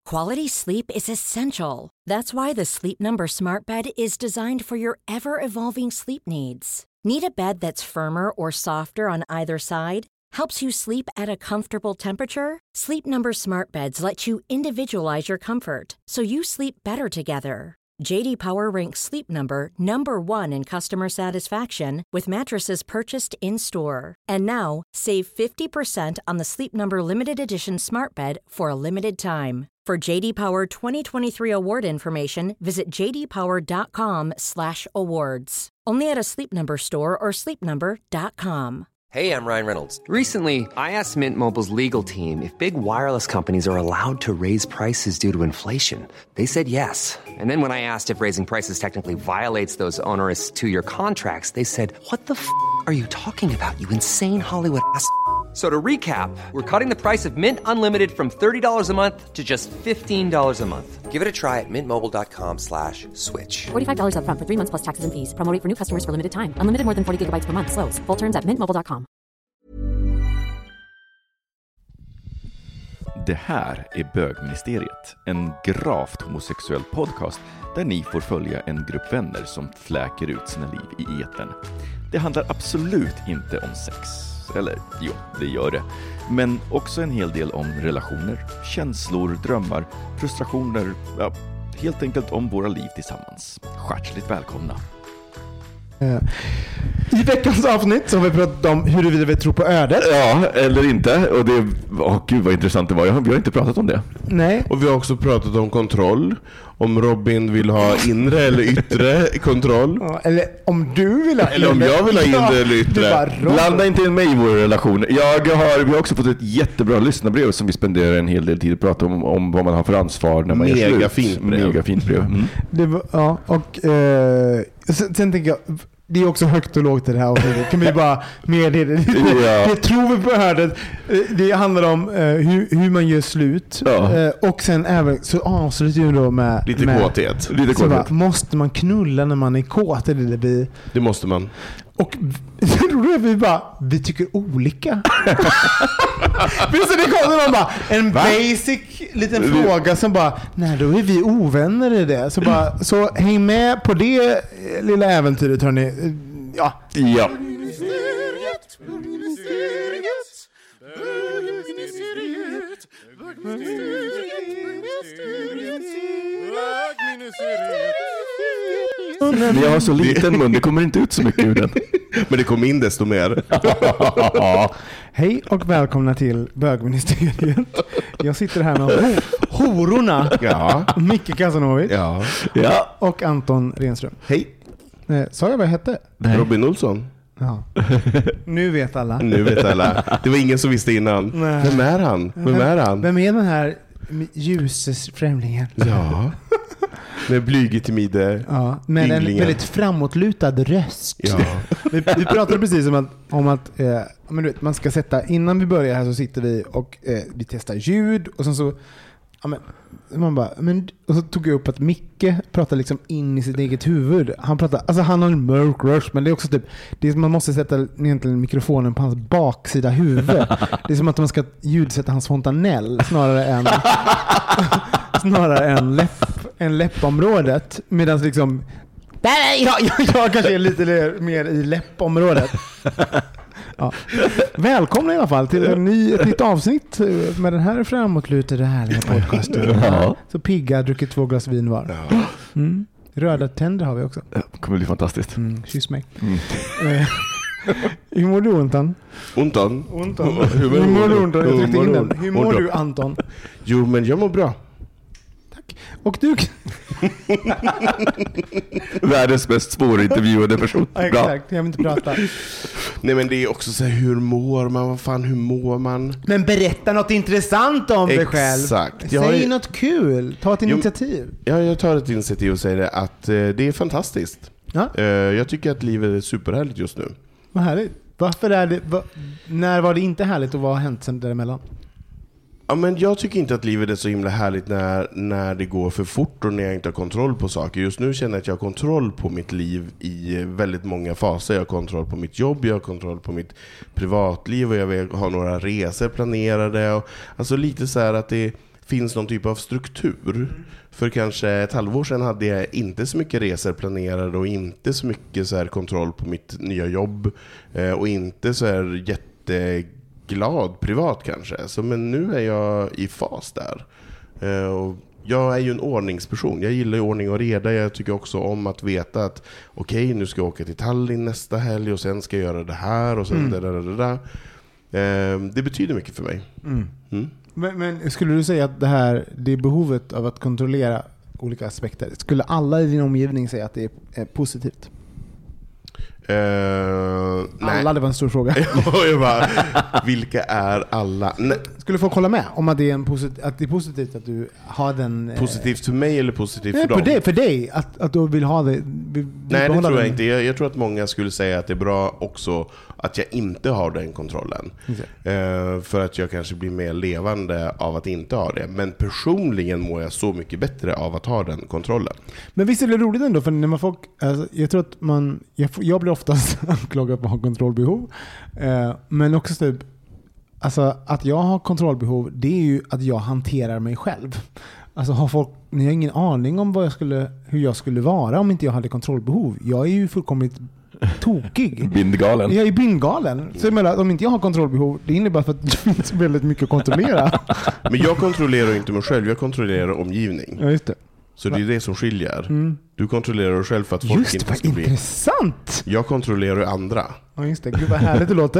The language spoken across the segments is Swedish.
Quality sleep is essential. That's why the Sleep Number Smart Bed is designed for your ever-evolving sleep needs. Need a bed that's firmer or softer on either side? Helps you sleep at a comfortable temperature? Sleep Number Smart Beds let you individualize your comfort, so you sleep better together. J.D. Power ranks Sleep Number #1 in customer satisfaction with mattresses purchased in-store. And now, save 50% on the Sleep Number Limited Edition Smart Bed for a limited time. For J.D. Power 2023 award information, visit jdpower.com/awards. Only at a Sleep Number store or sleepnumber.com. Hey, I'm Ryan Reynolds. Recently, I asked Mint Mobile's legal team if big wireless companies are allowed to raise prices due to inflation. They said yes. And then when I asked if raising prices technically violates those onerous two-year contracts, they said, "What the f*** are you talking about, you insane Hollywood ass?" So to recap, we're cutting the price of Mint Unlimited from $30 a month to just $15 a month. Give it a try at mintmobile.com/switch. $45 up front for 3 months plus taxes and fees. Promo rate for new customers for limited time. Unlimited more than 40 gigabytes per month. Slows full terms at mintmobile.com. Det här är Bögministeriet, en gravt homosexuell podcast där ni får följa en grupp vänner som fläker ut sina liv i etern. Det handlar absolut inte om sex. Eller, jo, det gör det. Men också en hel del om relationer, känslor, drömmar, frustrationer. Ja, helt enkelt om våra liv tillsammans. Hjärtligt välkomna. I veckans avsnitt så har vi pratat om huruvida vi tror på ödet. Ja, eller inte. Och det, gud vad intressant det var. Vi har inte pratat om det. Nej. Och vi har också pratat om kontroll. Om Robin vill ha inre eller yttre kontroll. Ja, eller om du vill ha eller om jag vill ha inre eller yttre. Blanda inte in mig i vår relation. Vi har också fått ett jättebra lyssnarbrev som vi spenderar en hel del tid att prata om vad man har för ansvar när man gör slut. Mega fint brev. Mm. Det var, ja, och sen tänker jag, det är också högt och lågt i det här avsnittet. Kan vi bara med det? Det tror vi på ödet. Det handlar om hur man gör slut. Ja. Och sen även så avslutar ju då med lite kåthet. Bara, måste man knulla när man är kåt? Det måste man. Och vi tycker olika. Visst är det konstigt, man bara en basic liten fråga som bara, nej, då är vi ovänner i det. Så häng med på det lilla äventyret, hörni. Ja. Men jag har så liten mun, det kommer inte ut så mycket ur den. Men det kom in desto mer. Hej och välkomna till Bögministeriet. Jag sitter här med hororna. Ja. Micke Kasanovic. Ja. Och Anton Renström. Hej. Sa jag vad jag hette? Nej. Robin Olsson. Ja. Nu vet alla. Det var ingen som visste innan. Nej. Vem är han? Vem är den här ljusfrämlingen? Ja. Med blygetimide. Ja, med en väldigt framåtlutad röst. Ja. vi pratade precis om att men du vet, man ska sätta, innan vi börjar här så sitter vi och vi testar ljud och sen så och så tog jag upp att Micke pratar liksom in i sitt eget huvud. Han pratar, alltså han har en mörk röst, men det är också typ, man måste sätta egentligen mikrofonen på hans baksida huvud. Det är som att man ska ljudsätta hans fontanell snarare än läppområdet, medan liksom jag kanske är lite mer i läppområdet. Ja. Välkomna i alla fall till ett nytt avsnitt med den här framåtlutade härliga podcasten. Ja. Så pigga, druckit 2 glas vin var. Ja. Röda tänder har vi också. Det kommer bli fantastiskt. Kyss mig. Hur mår du, Anton? Hur mår du, Anton? Jo, men jag mår bra. Och du... Världens mest spårintervjuade person. Exakt, jag vill inte prata. Nej, men det är också så här, hur mår man? Men berätta något intressant om dig själv. Exakt. Säg något kul. Ta ett initiativ. Ja, jag tar ett initiativ och säger att det är fantastiskt. Ja? Jag tycker att livet är superhärligt just nu. Vad härligt. Varför är det... när var det inte härligt och vad har hänt sen däremellan? Ja, men jag tycker inte att livet är så himla härligt när det går för fort och när jag inte har kontroll på saker. Just nu känner jag att jag har kontroll på mitt liv i väldigt många faser. Jag har kontroll på mitt jobb, jag har kontroll på mitt privatliv och jag har några resor planerade. Och, alltså lite så här att det finns någon typ av struktur. För kanske ett halvår sedan hade jag inte så mycket resor planerade och inte så mycket så här kontroll på mitt nya jobb och inte så här jätteglad privat kanske. Så, men nu är jag i fas där. Och jag är ju en ordningsperson. Jag gillar ju ordning och reda. Jag tycker också om att veta att okej, nu ska jag åka till Tallinn nästa helg och sen ska jag göra det här och sen det betyder mycket för mig. Men skulle du säga att det är behovet av att kontrollera olika aspekter, skulle alla i din omgivning säga att det är positivt? Nej. Alla, det var en stor fråga. Jag bara, vilka är alla? Nej. Skulle få hålla med om att det är att det är positivt att du har den... Positivt för mig eller positivt för dem? För dig, att du vill ha det. Nej, det tror jag inte. Jag tror att många skulle säga att det är bra också att jag inte har den kontrollen. För att jag kanske blir mer levande av att inte ha det. Men personligen mår jag så mycket bättre av att ha den kontrollen. Men visst är det roligt ändå, för när man jag tror att jag blir oftast anklagad på att ha kontrollbehov. Men också typ, alltså att jag har kontrollbehov, det är ju att jag hanterar mig själv. Alltså ni har ingen aning om hur jag skulle vara om inte jag hade kontrollbehov. Jag är ju fullkomligt tokig. Bindgalen. Jag är bindgalen. Så jag menar, om inte jag har kontrollbehov, det innebär för att det finns väldigt mycket att kontrollera. Men jag kontrollerar inte mig själv, jag kontrollerar omgivning. Ja, just det. Så det är det som skiljer. Du kontrollerar dig själv för att folk inte ska bli... Intressant! Jag kontrollerar andra. Ja, just det. Gud vad härligt det låter.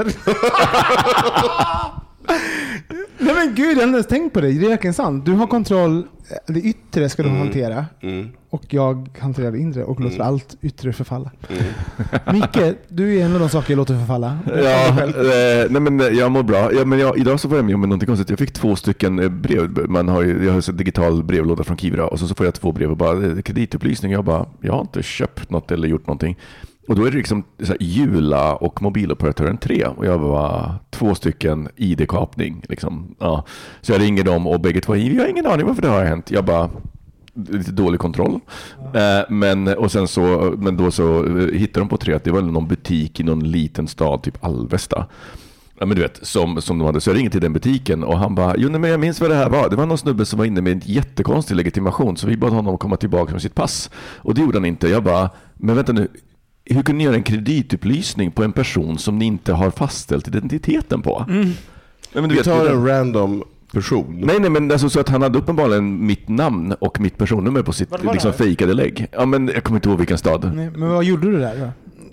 Nej men gud, jag har inte ens tänkt på det. Det är verkligen sant. Du har kontroll, det yttre ska du hantera. Och jag hanterar det inre och låter allt yttre förfalla. Micke, du är en av de saker jag låter förfalla. Nej men jag mår bra. Ja, men idag så var jag med om någonting konstigt. Jag fick 2 stycken brev. Jag har en digital brevlåda från Kivra och så får jag 2 brev och bara kreditupplysning. Jag har inte köpt något eller gjort någonting. Och då är det liksom så här, Jula och mobiloperatören 3. Och jag var 2 stycken ID-kapning. Liksom. Ja. Så jag ringer dem och bägge 2. Jag har ingen aning varför det har hänt. Jag bara, lite dålig kontroll. Men då så hittade de på 3 att det var någon butik i någon liten stad, typ Alvesta. Ja, men du vet, som de hade. Så jag ringde till den butiken och han bara, men jag minns vad det här var. Det var någon snubbe som var inne med en jättekonstig legitimation. Så vi bad honom komma tillbaka med sitt pass. Och det gjorde han inte. Jag bara, men vänta nu. Hur kunde ni göra en kreditupplysning på en person som ni inte har fastställt identiteten på? Men vi tar en random person. Nej, men alltså, så att han hade uppenbarligen mitt namn och mitt personnummer på sitt liksom fejkade lägg. Ja, men jag kommer inte ihåg vilken stad. Nej, men vad gjorde du där då?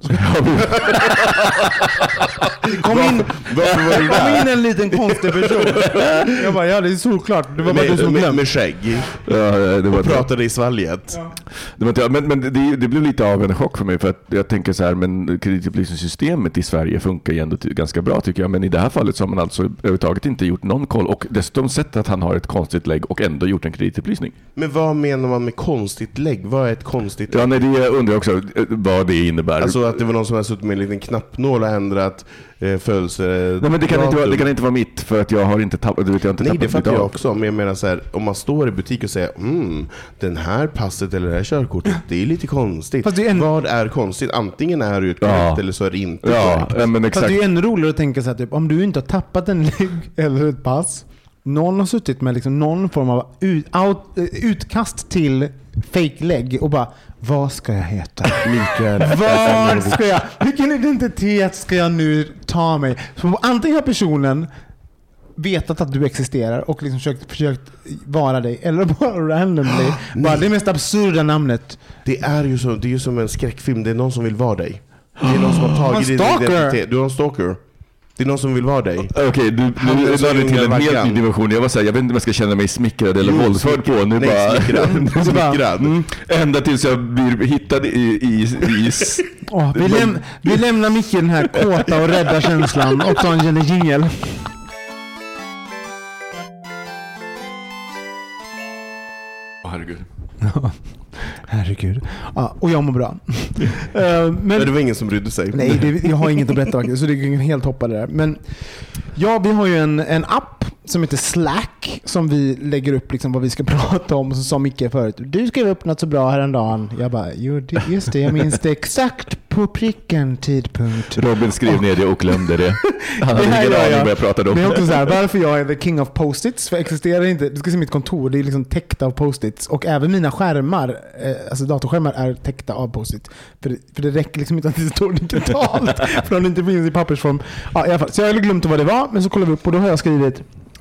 Det kom in en liten konstig person. Jag bara, det är solklart. Det var bara du som glömde. Med skägg. Det var pratade i svalget. Ja. Men det blev lite av en chock för mig, för att jag tänker så här, men kreditupplysningssystemet i Sverige funkar ju ändå ganska bra tycker jag. Men i det här fallet så har man alltså överhuvudtaget inte gjort någon koll och dessutom sett att han har ett konstigt lägg och ändå gjort en kreditupplysning. Men vad menar man med konstigt lägg? Vad är ett konstigt lägg? Ja, nej, det undrar jag också vad det innebär. Alltså att det var någon som har suttit med en liten knappnål och ändrat födelse. Nej, men det kan inte vara mitt, för att jag har inte tappat. Nej, det fattar jag också. Men jag menar så här, om man står i butik och säger den här passet eller det här körkortet, det är lite konstigt. Vad är konstigt? Antingen är det korrekt eller så är det inte korrekt. Men exakt. Fast det är ju ännu roligare att tänka så här, typ, om du inte har tappat en lägg eller ett pass, någon har suttit med liksom någon form av utkast till fake lägg och bara, vad ska jag heta? Vad ska jag? Vilken identitet ska jag nu ta mig? Så antingen har personen vetat att du existerar och liksom försökt vara dig, eller bara randomly bara det mest absurda namnet. Det är ju som en skräckfilm. Det är någon som vill vara dig. Det är någon som har tagit din identitet. Du har en stalker. Det är någon som vill vara dig. Okej, du är det till en helt ny dimension. Jag var så här, jag vet inte om jag ska känna mig smickrad eller våldsförd på. Nu bara smickrad. Ända tills jag blir hittad i vi lämnar mycket den här kåta och rädda känslan och tar en jingle. Herregud. Ja, och jag mår bra. Men det var ingen som brydde sig. Nej, jag har inget att berätta faktiskt, så det är helt hoppade där. Men ja, vi har ju en app som heter Slack som vi lägger upp liksom vad vi ska prata om. Och så sa Micke förut, du skrev upp något så bra häromdagen. Jag bara, just det, jag minns det exakt på pricken tidpunkt. Robin skrev ner det och glömde det. Han hade ingen aning vad jag pratade om. Det är också så här, varför jag är the king of post-its, för existerar inte, du ska se mitt kontor, det är liksom täckt av post-its, och även mina skärmar, alltså datorskärmar är täckta av post-its, för det räcker liksom inte att det står digitalt för om det inte finns i pappersform. Ja, i alla fall. Så jag hade glömt vad det var, men så kollar vi upp och då har jag skrivit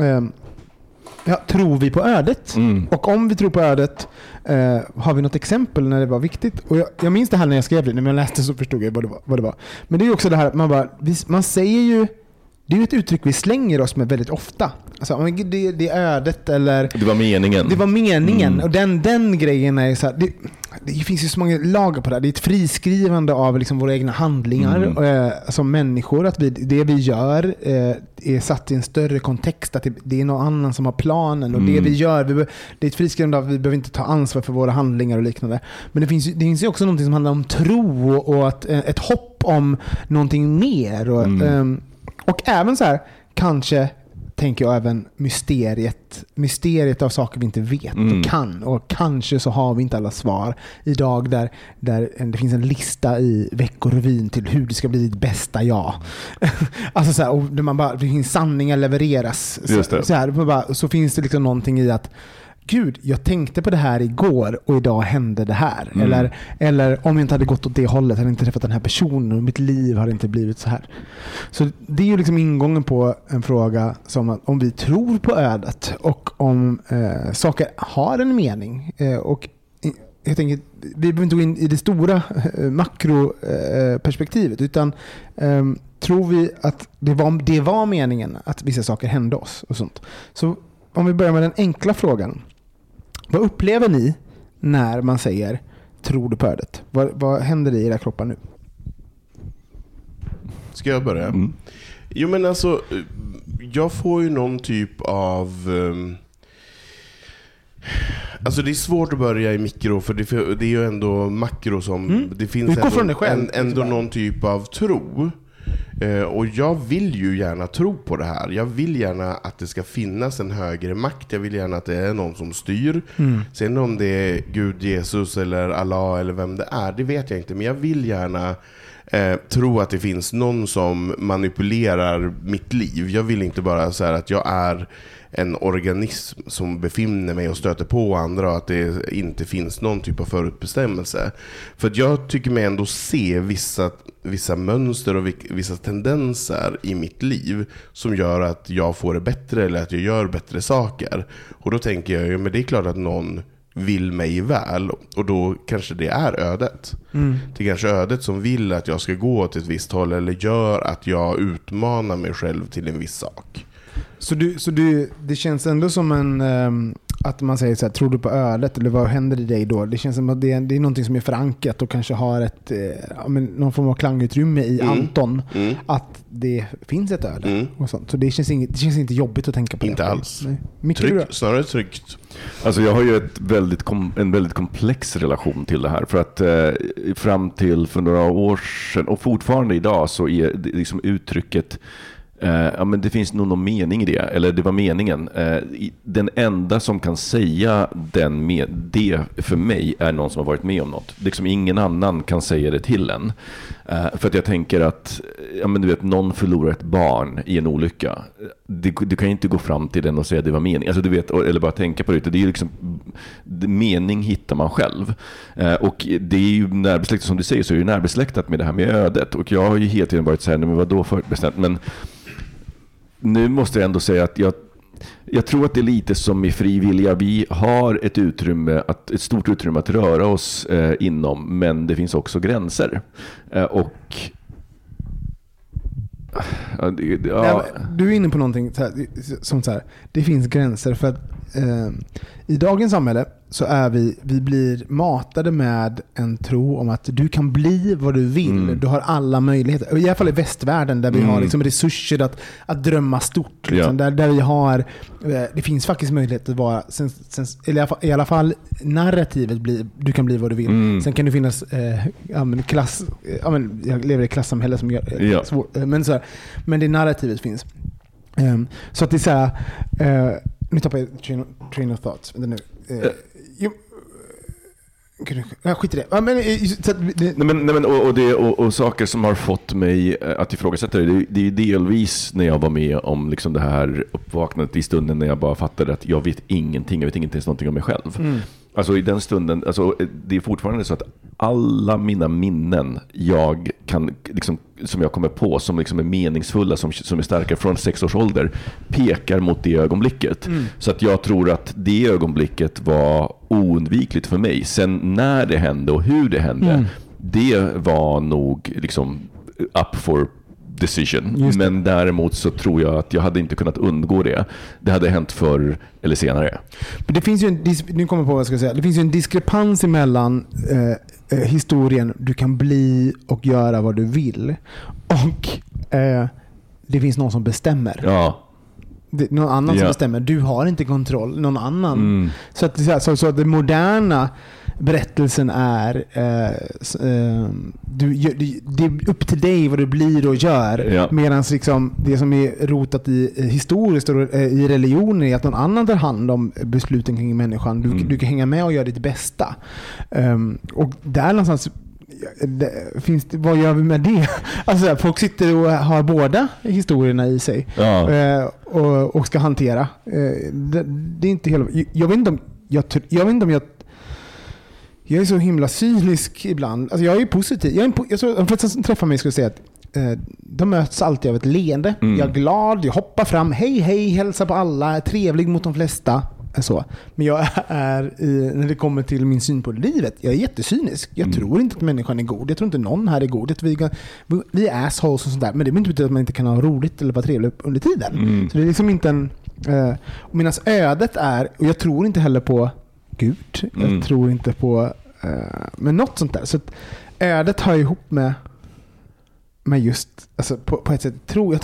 tror vi på ödet? Och om vi tror på ödet, har vi något exempel när det var viktigt? Och jag minns det här när jag skrev det, när jag läste så förstod jag vad det var. Men det är ju också det här att man säger ju, det är ju ett uttryck vi slänger oss med väldigt ofta. Alltså, det är ödet eller... Det var meningen. Och den grejen är så här, det finns ju så många lager på det här. Det är ett friskrivande av liksom våra egna handlingar som människor. Att det vi gör är satt i en större kontext. Att det är någon annan som har planen. Och det vi gör, det är ett friskrivande av att vi behöver inte ta ansvar för våra handlingar och liknande. Men det finns ju också någonting som handlar om tro och ett hopp om någonting mer. Och även så här, kanske tänker jag även mysteriet av saker vi inte vet och kan, och kanske så har vi inte alla svar idag där det finns en lista i Veckorevyn till hur det ska bli ditt bästa jag. Alltså så här, och det finns sanningar levereras så finns det liksom någonting i att Gud, jag tänkte på det här igår och idag hände det här. Eller om jag inte hade gått åt det hållet hade jag inte träffat den här personen och mitt liv hade inte blivit så här. Så det är ju liksom ingången på en fråga som att om vi tror på ödet och om saker har en mening. Och jag tänker, vi behöver inte gå in i det stora makroperspektivet utan tror vi att det var meningen att vissa saker hände oss och sånt. Så om vi börjar med den enkla frågan. Vad upplever ni när man säger tror du på ödet? Vad händer i era kroppar nu? Ska jag börja? Jo men alltså, jag får ju någon typ av... Alltså det är svårt att börja i mikro för det är ju ändå makro som... Det finns ändå någon typ av tro. Och jag vill ju gärna tro på det här. Jag vill gärna att det ska finnas en högre makt. Jag vill gärna att det är någon som styr. Sen om det är Gud, Jesus eller Allah eller vem det är, det vet jag inte. Men jag vill gärna tro att det finns någon som manipulerar mitt liv. Jag vill inte bara säga att jag är en organism som befinner mig och stöter på andra och att det inte finns någon typ av förutbestämmelse. För att jag tycker mig ändå se vissa mönster och vissa tendenser i mitt liv som gör att jag får det bättre eller att jag gör bättre saker. Och då tänker jag, men det är klart att någon vill mig väl och då kanske det är ödet. Det är kanske ödet som vill att jag ska gå till ett visst håll eller gör att jag utmanar mig själv till en viss sak. Så det känns ändå som att man säger så här, tror du på ödet eller vad händer i dig då? Det känns som att det är någonting som är förankrat och kanske har någon form av klangutrymme i Anton att det finns ett öde och sånt. Så det känns inte jobbigt att tänka på. Inte alls. Snarare tryggt. Alltså jag har ju en väldigt komplex relation till det här för att fram till för några år sedan och fortfarande idag så är det liksom uttrycket men det finns nog någon mening i det, eller det var meningen. Den enda som kan säga det för mig är någon som har varit med om något. Liksom ingen annan kan säga det till en. För att jag tänker att du vet, någon förlorar ett barn i en olycka. Du kan ju inte gå fram till den och säga att det var mening. Alltså, du vet, eller bara tänka på det. Det är liksom, mening hittar man själv. Och det är ju närbesläktat, som du säger, så är det närbesläktat med det här med ödet. Och jag har ju hela tiden varit så här, men vad då förutbestämt? Men nu måste jag ändå säga att jag tror att det är lite som i frivilliga. Vi har ett stort utrymme att röra oss inom, men det finns också gränser. Du är inne på någonting som så här, det finns gränser för att i dagens samhälle så är vi blir matade med en tro om att du kan bli vad du vill. Du har alla möjligheter. I alla fall i västvärlden där vi har liksom resurser att drömma stort. Liksom, där vi har, det finns faktiskt möjlighet att vara, i alla fall narrativet blir, du kan bli vad du vill. Sen kan det finnas jag lever i ett klassamhälle som gör svårt. Men det narrativet finns. Så att det är så här, nu tappar jag train of thoughts. skit i det. Ja, men, och saker som har fått mig att ifrågasätta det är delvis när jag var med om liksom det här uppvaknandet i stunden när jag bara fattade att jag vet ingenting ens någonting om mig själv. Alltså i den stunden, alltså, det är fortfarande så att alla mina minnen jag kan, liksom, som jag kommer på som liksom är meningsfulla, som är starka från 6 års ålder, pekar mot det ögonblicket. Så att jag tror att det ögonblicket var oundvikligt för mig. Sen när det hände och hur det hände, det var nog liksom up for decision. Men däremot så tror jag att jag hade inte kunnat undgå det. Det hade hänt förr eller senare. Men det finns ju nu kommer jag på vad jag ska säga. Det finns ju en diskrepans mellan historien du kan bli och göra vad du vill och det finns någon som bestämmer. Ja. Någon annan som bestämmer. Du har inte kontroll. Någon annan. Så att det moderna berättelsen är det är upp till dig vad du blir och gör. Medan liksom, det som är rotat i historiskt och i religionen är att någon annan tar hand om besluten kring människan. Du kan hänga med och göra ditt bästa. Och där någonstans finns det, vad gör vi med det? Alltså, folk sitter och har båda historierna i sig och ska hantera. Det är inte hela. Jag vet inte om jag är så himla cynisk ibland. Alltså jag är positiv. De flesta som träffar mig skulle säga att de möts alltid av ett leende. Jag är glad, jag hoppar fram, hej, hälsa på alla, är trevlig mot de flesta. Så. Men jag är när det kommer till min syn på livet, jag är jättecynisk. Jag tror inte att människan är god. Jag tror inte någon här är god. Vi är assholes och sånt där. Men det betyder inte att man inte kan ha roligt eller vara trevlig under tiden. Så det är liksom inte en medan ödet är, och jag tror inte heller på Gud. Jag tror inte på men något sånt där. Så att ödet hör ihop med just alltså på ett sätt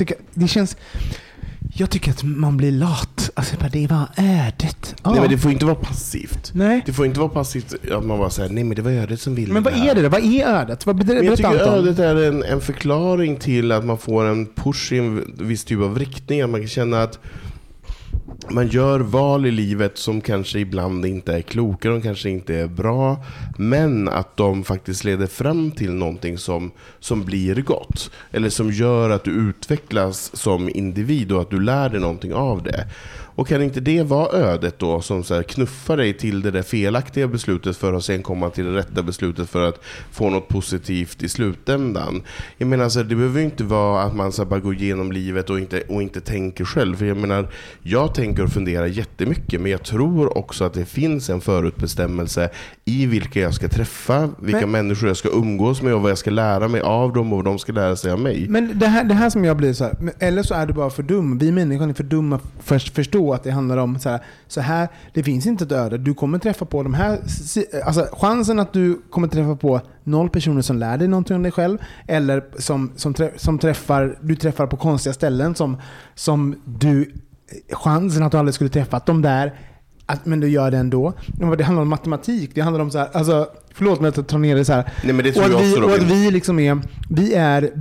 jag tycker att man blir lat. Alltså det var ödet. Nej, men det får inte vara passivt. Nej. Det får inte vara passivt att man bara säger nej, men det var ödet som ville. Men vad är det då? Vad är ödet? Jag tycker ödet är en förklaring till att man får en push i en viss typ av riktning. Att man kan känna att man gör val i livet som kanske ibland inte är kloka, de kanske inte är bra, men att de faktiskt leder fram till någonting som blir gott. Eller som gör att du utvecklas som individ och att du lär dig någonting av det. Och kan inte det vara ödet då som så här knuffar dig till det där felaktiga beslutet för att sen komma till det rätta beslutet för att få något positivt i slutändan? Jag menar så här, det behöver ju inte vara att man så här bara går igenom livet och inte tänker själv. För jag menar, jag tänker och funderar jättemycket, men jag tror också att det finns en förutbestämmelse i vilka jag ska träffa, vilka människor jag ska umgås med och vad jag ska lära mig av dem och vad de ska lära sig av mig. Men det här som jag blir så här, eller så är du bara för dum. Vi människor är för dumma för att förstå att det handlar om så här, det finns inte ett öde. Du kommer träffa på de här, alltså chansen att du kommer träffa på 0 personer som lär dig någonting om dig själv, eller som du träffar på konstiga ställen som du, chansen att du aldrig skulle träffat dem där, men du gör det ändå. Det handlar om matematik. Det handlar om så här, alltså förlåt mig att jag tar ner det så här. Nej, men det tror jag också, och att vi liksom vi är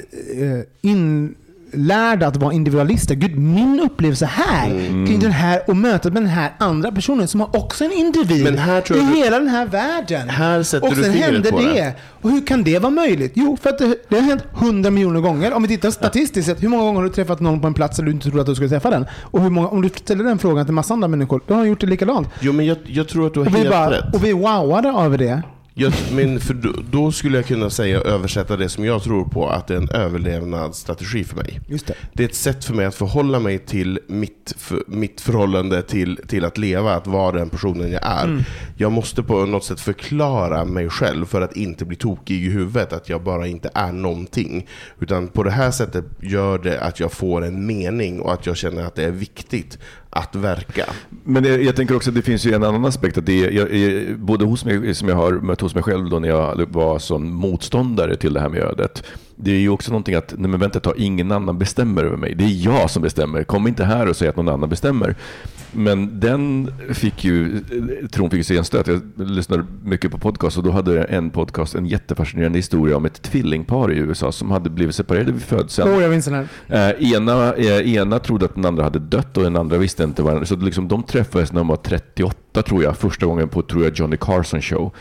inlärda att vara individualister. Gud, min upplevelse här kring den här och mötet med den här andra personen som har också en individ, men här tror jag i hela den här världen. Här sätter och du sen händer på det. Och hur kan det vara möjligt? Jo, för att det har hänt 100 miljoner gånger. Om vi tittar statistiskt sett, hur många gånger har du träffat någon på en plats där du inte trodde att du skulle träffa den? Och hur många, om du ställer den frågan till massa andra människor, då har de gjort det likadant. Jo, men jag tror att du har helt rätt. Och vi wowade över det. Men för då skulle jag kunna säga översätta det som jag tror på, att det är en överlevnadsstrategi för mig. Just det. Det är ett sätt för mig att förhålla mig till mitt förhållande till att leva, att vara den personen jag är. Jag måste på något sätt förklara mig själv för att inte bli tokig i huvudet, att jag bara inte är någonting. Utan på det här sättet gör det att jag får en mening och att jag känner att det är viktigt att verka. Men jag tänker också att det finns ju en annan aspekt, att det både hos mig, som jag har mött hos mig själv då när jag var som motståndare till det här med ödet. Det är ju också någonting att, nej men vänta, ingen annan bestämmer över mig. Det är jag som bestämmer. Kom inte här och säg att någon annan bestämmer. Men den fick ju se en stöt. Jag lyssnade mycket på podcast och då hade en podcast en jättefascinerande historia om ett tvillingpar i USA som hade blivit separerade vid födseln. Jag minns den här. Ena trodde att den andra hade dött och den andra visste inte vad. Så liksom, de träffades när de var 38 tror jag, första gången på Johnny Carson show.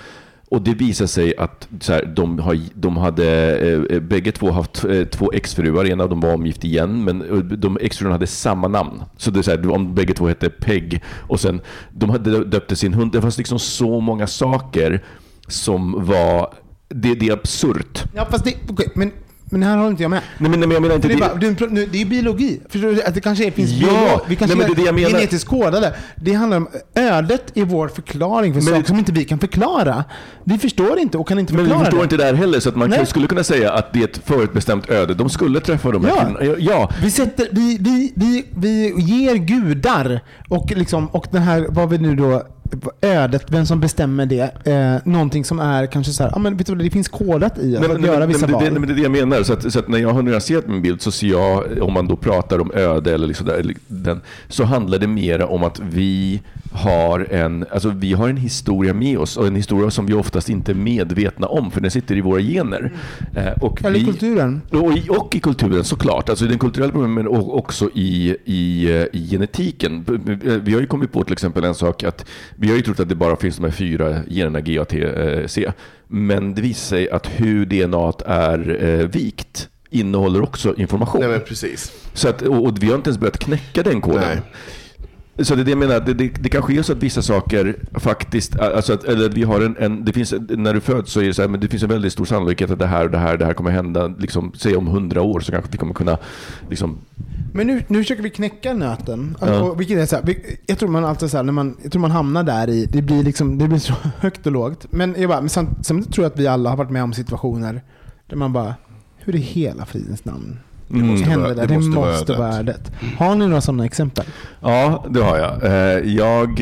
Och det visar sig att så här, de hade bägge två haft 2 exfruar. En av dem var omgift igen, men de exfruarna hade samma namn. Så det är så här, om bägge två hette Peg, och sen de hade döpte sin hund. Det fanns liksom så många saker som var... Det är absurt. Ja, fast men här håller inte jag med. Nej, men jag menar inte det är biologi. Förstår du att det kanske finns vi kanske är genetiskt kodade. Det handlar om ödet i vår förklaring för saker som inte vi kan förklara. Vi förstår inte och kan inte förklara. Men vi förstår inte det här heller, så att man skulle kunna säga att det är ett förutbestämt öde. De skulle träffa de här kvinnorna. Ja. Vi ger gudar och den här, vad vi nu då, ödet, vem som bestämmer det, någonting som är kanske så här, men vet du, det finns kodat i att göra vissa val. Men det är det jag menar, så att när jag har nyanserat min bild så ser jag, om man då pratar om öde eller liksom där, så handlar det mer om att vi har en historia med oss, och en historia som vi oftast inte är medvetna om, för den sitter i våra gener. Eller i kulturen. Och i kulturen såklart, alltså i den kulturella problemen, och också i genetiken. Vi har ju kommit på till exempel en sak, att vi har ju trott att det bara finns de här 4 generna G, A, T, C. Men det visar sig att hur DNA är vikt innehåller också information. Nej, men precis. Så att, och vi har inte ens börjat knäcka den koden. Nej. Så det jag menar, det kan ske så att vissa saker faktiskt, alltså att, eller vi har det finns, när du föds så är det så här, men det finns en väldigt stor sannolikhet att det här kommer hända, liksom, säg om 100 år så kanske vi kommer kunna liksom. Men nu försöker vi knäcka nöten. Och vilket är så här, jag tror man alltid så här, jag tror man hamnar där i, det blir så högt och lågt. Men sen tror jag att vi alla har varit med om situationer där man bara, hur är hela fridens namn? Det måste vara värdet. Har ni några sådana exempel? Ja, det har jag. Jag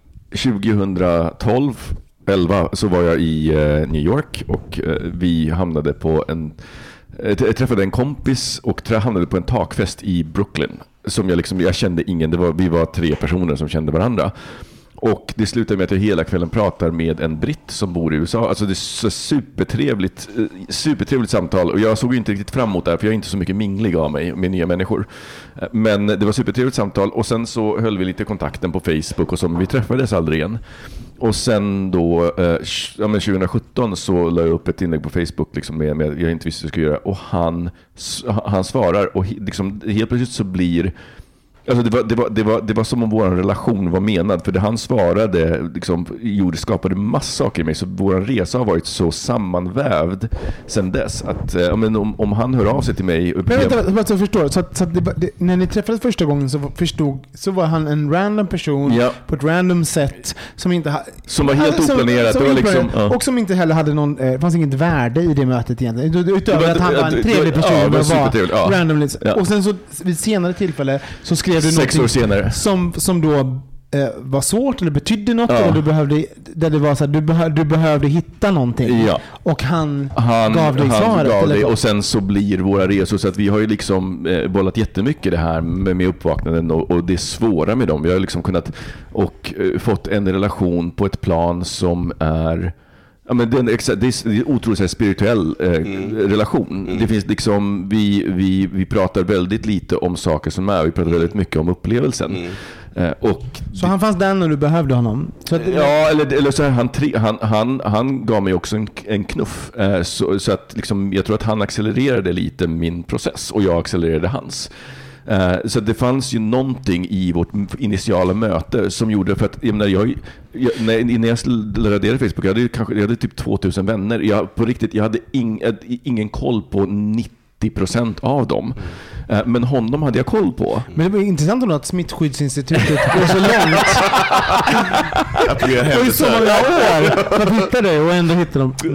2011 så var jag i New York, och vi hamnade på jag träffade en kompis och hamnade på en takfest i Brooklyn som jag kände ingen. Vi var 3 personer som kände varandra. Och det slutade med att jag hela kvällen pratar med en britt som bor i USA. Alltså det är så supertrevligt samtal. Och jag såg inte riktigt fram emot det här, för jag är inte så mycket minglig av mig med nya människor. Men det var supertrevligt samtal. Och sen så höll vi lite kontakten på Facebook och så, men vi träffades aldrig igen. Och sen då 2017 så la jag upp ett inlägg på Facebook liksom med jag inte visste vad jag skulle göra. Och han svarar, och liksom, helt plötsligt så blir... Alltså det var som om vår relation var menad, för det han svarade liksom, skapade massa saker i mig, så vår resa har varit så sammanvävd sen dess att om han hör av sig till mig. Men jag förstår, så när ni träffades första gången så var han en random person på ett random sätt som var helt oplanerat och som inte heller hade fanns inget värde i det mötet egentligen, utöver att han var en trevlig person var randomly. Och sen så vid senare tillfälle så skrev du 6 år senare som då var svårt eller betydde något, eller du behövde hitta någonting, och han gav dig svaret, och sen så blir våra resor, så att vi har ju liksom bollat jättemycket det här med uppvaknanden och det svåra med dem. Vi har liksom kunnat och fått en relation på ett plan som är det är otroligt så här spirituell relation. Det finns liksom vi pratar väldigt lite om saker som är, vi pratar väldigt mycket om upplevelsen. Så han fanns där när du behövde honom? Så att eller så här, han gav mig också en knuff, så att liksom, jag tror att han accelererade lite min process och jag accelererade hans. Så det fanns ju någonting i vårt initiala möte som gjorde, för att när jag raderade Facebook, jag hade typ 2000 vänner. Jag hade ingen koll på 90% av dem. Men honom hade jag koll på. Men det var intressant att Smittskyddsinstitutet går så långt. Det var ju så många år för att hitta det och ändå hitta dem.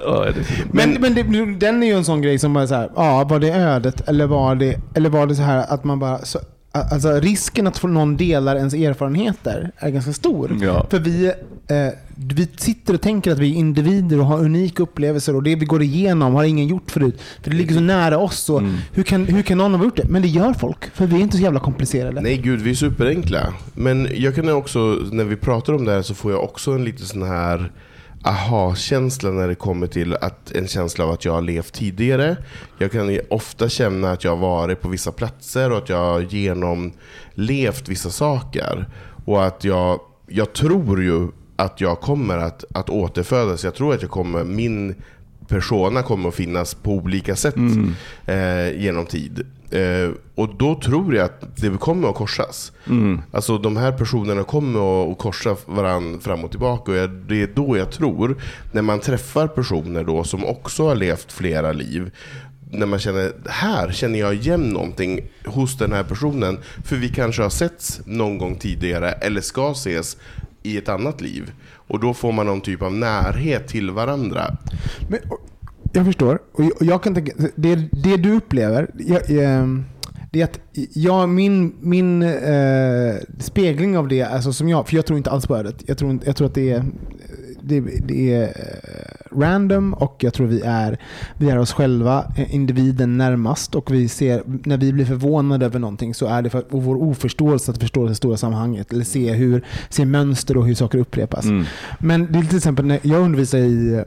Men den är ju en sån grej som bara så här, var det ödet eller var det så här att man bara alltså risken att få någon delar ens erfarenheter är ganska stor. Ja. För vi sitter och tänker att vi är individer och har unika upplevelser, och det vi går igenom har ingen gjort förut. För det ligger så nära oss, och hur kan någon ha gjort det? Men det gör folk, för vi är inte så jävla komplicerade. Nej gud, vi är superenkla. Men jag kan också, när vi pratar om det här, så får jag också en lite sån här aha-känsla när det kommer till en känsla av att jag har levt tidigare. Jag kan ofta känna att jag har varit på vissa platser och att jag har genomlevt vissa saker. Och att jag tror ju att jag kommer att återfödas. Jag tror att min persona kommer att finnas på olika sätt genom tid. Och då tror jag att det kommer att korsas. Alltså de här personerna kommer att korsa varandra fram och tillbaka. Och det är då jag tror, när man träffar personer då som också har levt flera liv, när man känner jag igen någonting hos den här personen, för vi kanske har setts någon gång tidigare eller ska ses i ett annat liv, och då får man någon typ av närhet till varandra. Men, jag förstår, och jag kan tänka, det du upplever, det är att min spegling av det, alltså för jag tror inte alls på ödet. Jag tror att det är random, och jag tror vi är oss själva, individen närmast, och vi ser, när vi blir förvånade över någonting, så är det för vår oförståelse att förstå det stora sammanhanget, eller se mönster och hur saker upprepas. Men det är till exempel när jag undervisar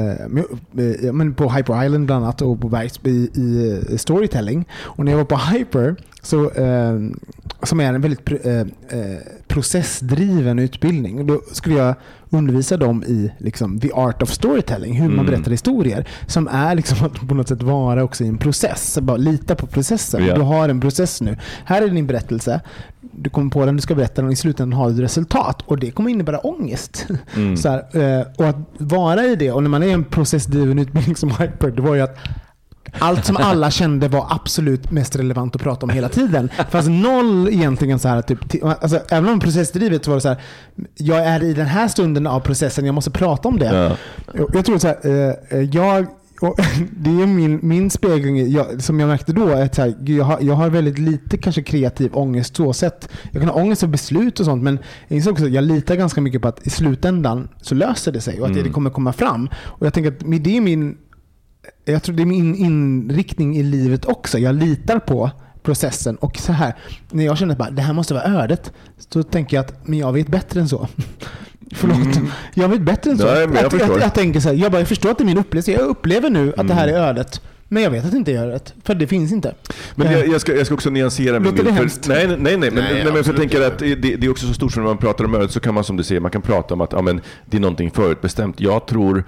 på Hyper Island bland annat, och på Bergs i storytelling, och när jag var på Hyper, så som är en väldigt processdriven utbildning, och då skulle jag undervisa dem i liksom the art of storytelling, hur man berättar historier, som är liksom att på något sätt vara också i en process, så bara lita på processen. Du har en process nu, här är din berättelse, du kommer på den, du ska berätta den, och i slutändan har du ett resultat, och det kommer innebära ångest. Så här, och att vara i det, och när man är en processdriven utbildning som Hyper, det var ju att allt som alla kände var absolut mest relevant att prata om hela tiden. Fast noll egentligen så här typ, alltså, även om processdrivet så var det så här, jag är i den här stunden av processen, jag måste prata om det. Jag tror så här, det är min spegling, som jag märkte då, att så här, jag har väldigt lite kanske kreativ ångest så sett. Jag kan ha ångest för beslut och sånt, men jag litar ganska mycket på att i slutändan så löser det sig, och att det kommer komma fram. Och jag tänker att jag tror det är min inriktning i livet också. Jag litar på processen, och så här, när jag känner att det här måste vara ödet, så tänker jag att men jag vet bättre än så. Förlåt. Jag vet bättre än så. Nej, jag tänker så här, jag förstår att det är min upplevelse. Jag upplever nu att det här är ödet. Men jag vet att det inte är ödet, för det finns inte. Men jag ska också nyansera min bild. Nej, men jag tänker att det är också så stort, som när man pratar om ödet, så kan man, som du säger, man kan prata om att det är någonting förutbestämt. Jag tror,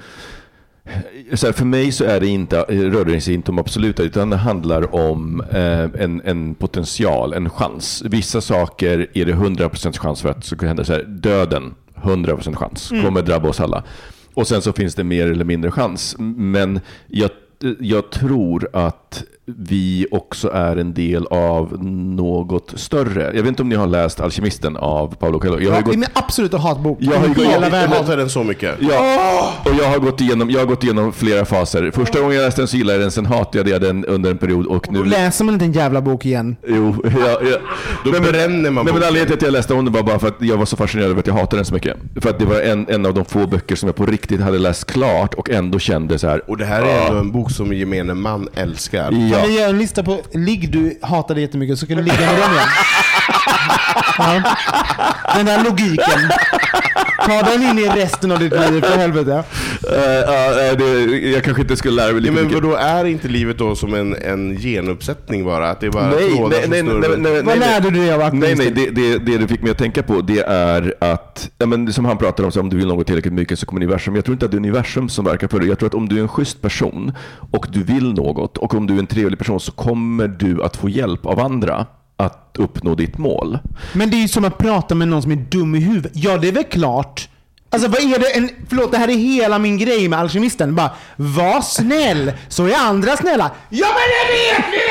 så här, för mig så rör det sig inte om absoluta, utan det handlar om en potential, en chans. Vissa saker är det 100% chans för att det ska hända. Så här, döden, 100% chans, kommer drabba oss alla. Och sen så finns det mer eller mindre chans. Men jag tror att vi också är en del av något större. Jag vet inte om ni har läst Alkemisten av Paulo Coelho. Det är min absoluta hatbok. Jag hatar den så mycket. Och jag har gått igenom flera faser. Första gången jag läste den så gillade jag den, sen hatade jag den under en period. Och nu läser man inte en jävla bok igen. Jo, då bränner man. Men anledningen till att jag läste om den var bara för att jag var så fascinerad över att jag hatade den så mycket. För att det var en av de få böcker som jag på riktigt hade läst klart och ändå kände så här. Och det här är ändå en bok som gemene man älskar. Ja. Kan vi göra en lista på ligg du hatade jättemycket, så kan du ligga med den igen. Ja. Den där logiken. Ta den in i resten av ditt liv, för helvete. Jag kanske inte skulle lära mig lite mycket. Men då är inte livet då som en genuppsättning bara? Att det är bara nej. Vad lärde du dig av aktivisten? Nej, det du fick mig att tänka på, det är att, som han pratar om, så om du vill något tillräckligt mycket så kommer universum. Jag tror inte att det är universum som verkar för dig. Jag tror att om du är en schysst person och du vill något, och om du är en trevlig person, så kommer du att få hjälp av andra att uppnå ditt mål. Men det är ju som att prata med någon som är dum i huvudet. Ja, det är väl klart. Alltså vad är det förlåt, det här är hela min grej med Alkemisten. Bara, var snäll, så är andra snälla. Ja, men det vet vi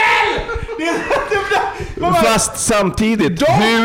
väl! Fast samtidigt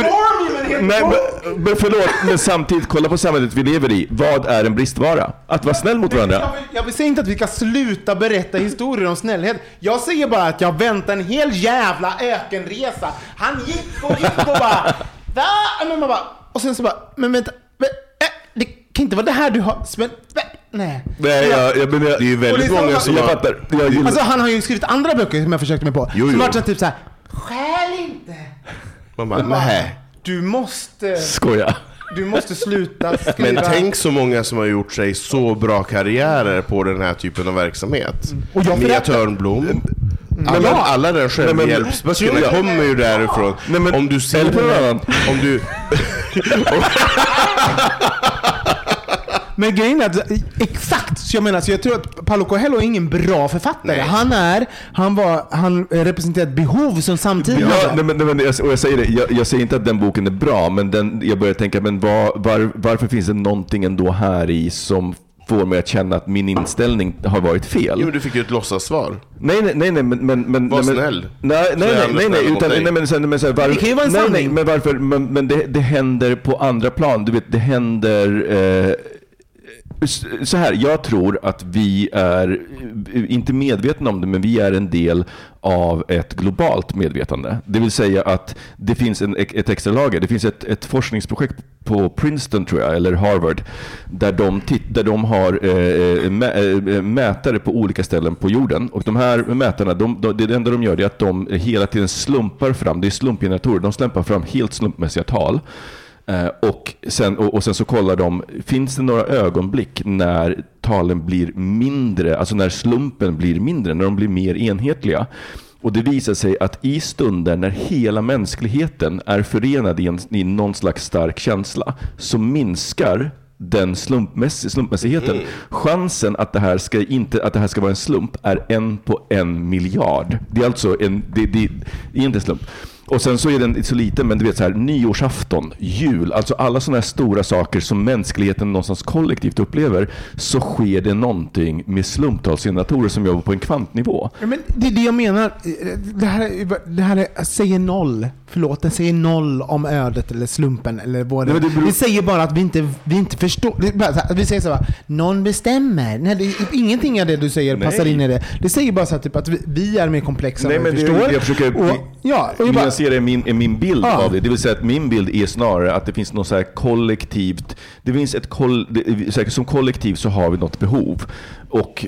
men samtidigt, kolla på samhället vi lever i. Vad är en bristvara? Att vara snäll mot varandra. Jag vill säga inte att vi ska sluta berätta historier om snällhet. Jag säger bara att jag väntar en hel jävla ökenresa. Han gick och bara men man bara, och sen så bara, men vänta, det kan inte vara det här du har. Nej. Det är ju väldigt många som jag fattar. Alltså han har ju skrivit andra böcker som jag försökte mig på. Som var typ så här: skäl inte. Man bara, nej. Du måste skoja. Du måste sluta skriva. Men tänk så många som har gjort sig så bra karriärer på den här typen av verksamhet. Mia Törnblom. Alla den självhjälpsböckerna kommer ju därifrån. Om du ser om du men grejen är att exakt så jag menar, så jag tror att Paulo Coelho är ingen bra författare. Han representerar ett behov som samtidigt. Och jag säger det, jag säger inte att den boken är bra, men jag börjar tänka, men varför finns det någonting ändå här i som får mig att känna att min inställning har varit fel. Jo, du fick ju ett låtsassvar. Nej, men var snäll. Nej, det kan ju vara en sanning. Men varför? Men det händer på andra plan. Du vet, det händer så här, jag tror att vi är inte medvetna om det, men vi är en del av ett globalt medvetande. Det vill säga att det finns ett extra lager. Det finns ett forskningsprojekt på Princeton, tror jag, eller Harvard, där de har mätare på olika ställen på jorden. Och de här mätarna, det enda de gör är att de hela tiden slumpar fram, det är slumpgeneratorer, de slumpar fram helt slumpmässiga tal. Och sen så kollar de, finns det några ögonblick när talen blir mindre, alltså när slumpen blir mindre, när de blir mer enhetliga. Och det visar sig att i stunder när hela mänskligheten är förenad i någon slags stark känsla, så minskar den slumpmässigheten. Chansen att det här ska vara en slump är 1 på 1 miljard. Det är alltså det är inte en slump. Och sen så är den så liten, men du vet så här, nyårsafton, jul, alltså alla sådana här stora saker som mänskligheten någonstans kollektivt upplever, så sker det någonting med slumptalsgeneratorer som jobbar på en kvantnivå. Ja, men det är det jag menar. Det här säger noll. Förlåt, det säger noll om ödet eller slumpen eller vad det. Det säger bara att vi inte förstår. Det är bara så här, vi säger så här, någon bestämmer. Nej, ingenting av det du säger passar in i det. Det säger bara så här, typ, att vi är mer komplexa än vi förstår. Jag försöker nyansera min bild av det. Det vill säga att min bild är snarare att det finns något så här kollektivt. Det finns som kollektiv så har vi något behov. Och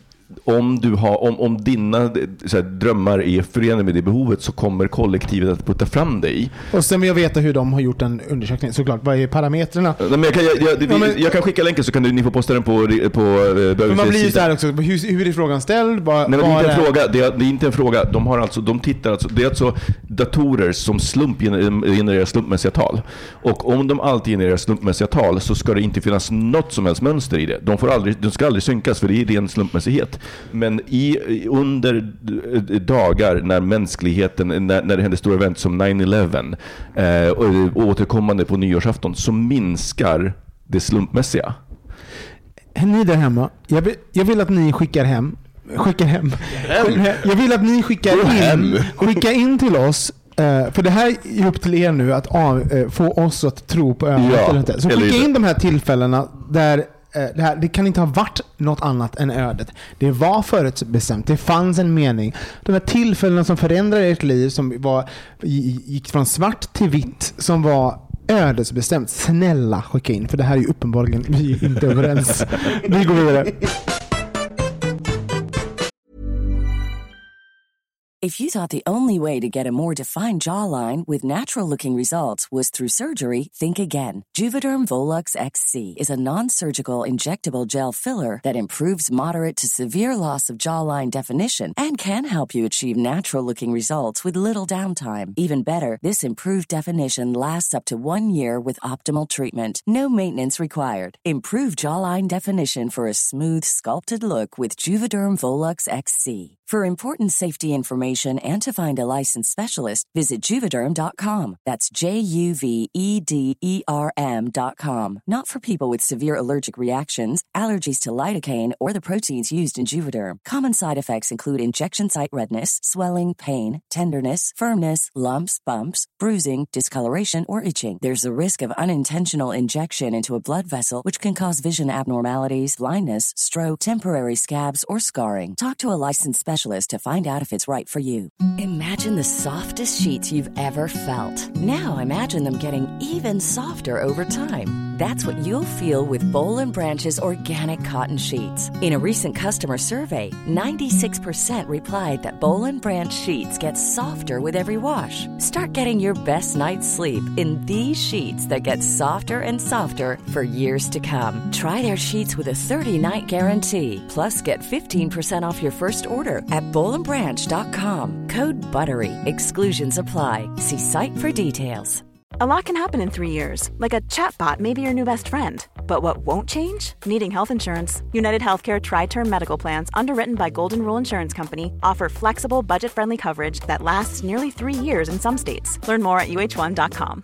om dina så här, drömmar är förenade med det behovet, så kommer kollektivet att putta fram dig. Och sen vill jag veta hur de har gjort en undersökning, såklart. Vad är parametrarna? Jag kan skicka länken, så kan ni få posta den på men man blir ju så här också, hur är frågan ställd? Det är inte en fråga. De tittar alltså, det är alltså datorer som genererar slumpmässiga tal. Och om de alltid genererar slumpmässiga tal, så ska det inte finnas något som helst mönster i det. De ska aldrig synkas, för det är ren slumpmässighet. Men under dagar när mänskligheten, när det händer stora event som 9/11 och återkommande på nyårsafton, så minskar det slumpmässiga. Ni där hemma, jag vill att ni skickar hem. Jag vill att ni skickar in till oss. För det här är upp till er nu att få oss att tro på ödet eller inte. Så skicka in de här tillfällena där det kan inte ha varit något annat än ödet. Det var förutbestämt. Det fanns en mening. De här tillfällena som förändrade ert liv, som gick från svart till vitt, som var ödesbestämt. Snälla skicka in, för det här är ju uppenbarligen vi är inte överens. Vi går vidare. If you thought the only way to get a more defined jawline with natural-looking results was through surgery, think again. Juvederm Volux XC is a non-surgical injectable gel filler that improves moderate to severe loss of jawline definition and can help you achieve natural-looking results with little downtime. Even better, this improved definition lasts up to 1 year with optimal treatment. No maintenance required. Improve jawline definition for a smooth, sculpted look with Juvederm Volux XC. For important safety information and to find a licensed specialist, visit Juvederm.com. That's JUVEDERM.com. Not for people with severe allergic reactions, allergies to lidocaine, or the proteins used in Juvederm. Common side effects include injection site redness, swelling, pain, tenderness, firmness, lumps, bumps, bruising, discoloration, or itching. There's a risk of unintentional injection into a blood vessel, which can cause vision abnormalities, blindness, stroke, temporary scabs, or scarring. Talk to a licensed specialist to find out if it's right for you. Imagine the softest sheets you've ever felt. Now imagine them getting even softer over time. That's what you'll feel with Boll & Branch's organic cotton sheets. In a recent customer survey, 96% replied that Boll & Branch sheets get softer with every wash. Start getting your best night's sleep in these sheets that get softer and softer for years to come. Try their sheets with a 30-night guarantee. Plus, get 15% off your first order at BollandBranch.com. Code BUTTERY. Exclusions apply. See site for details. A lot can happen in 3 years. Like a chatbot may be your new best friend. But what won't change? Needing health insurance. United Healthcare Tri-Term Medical Plans, underwritten by Golden Rule Insurance Company, offer flexible, budget-friendly coverage that lasts nearly 3 years in some states. Learn more at uh1.com.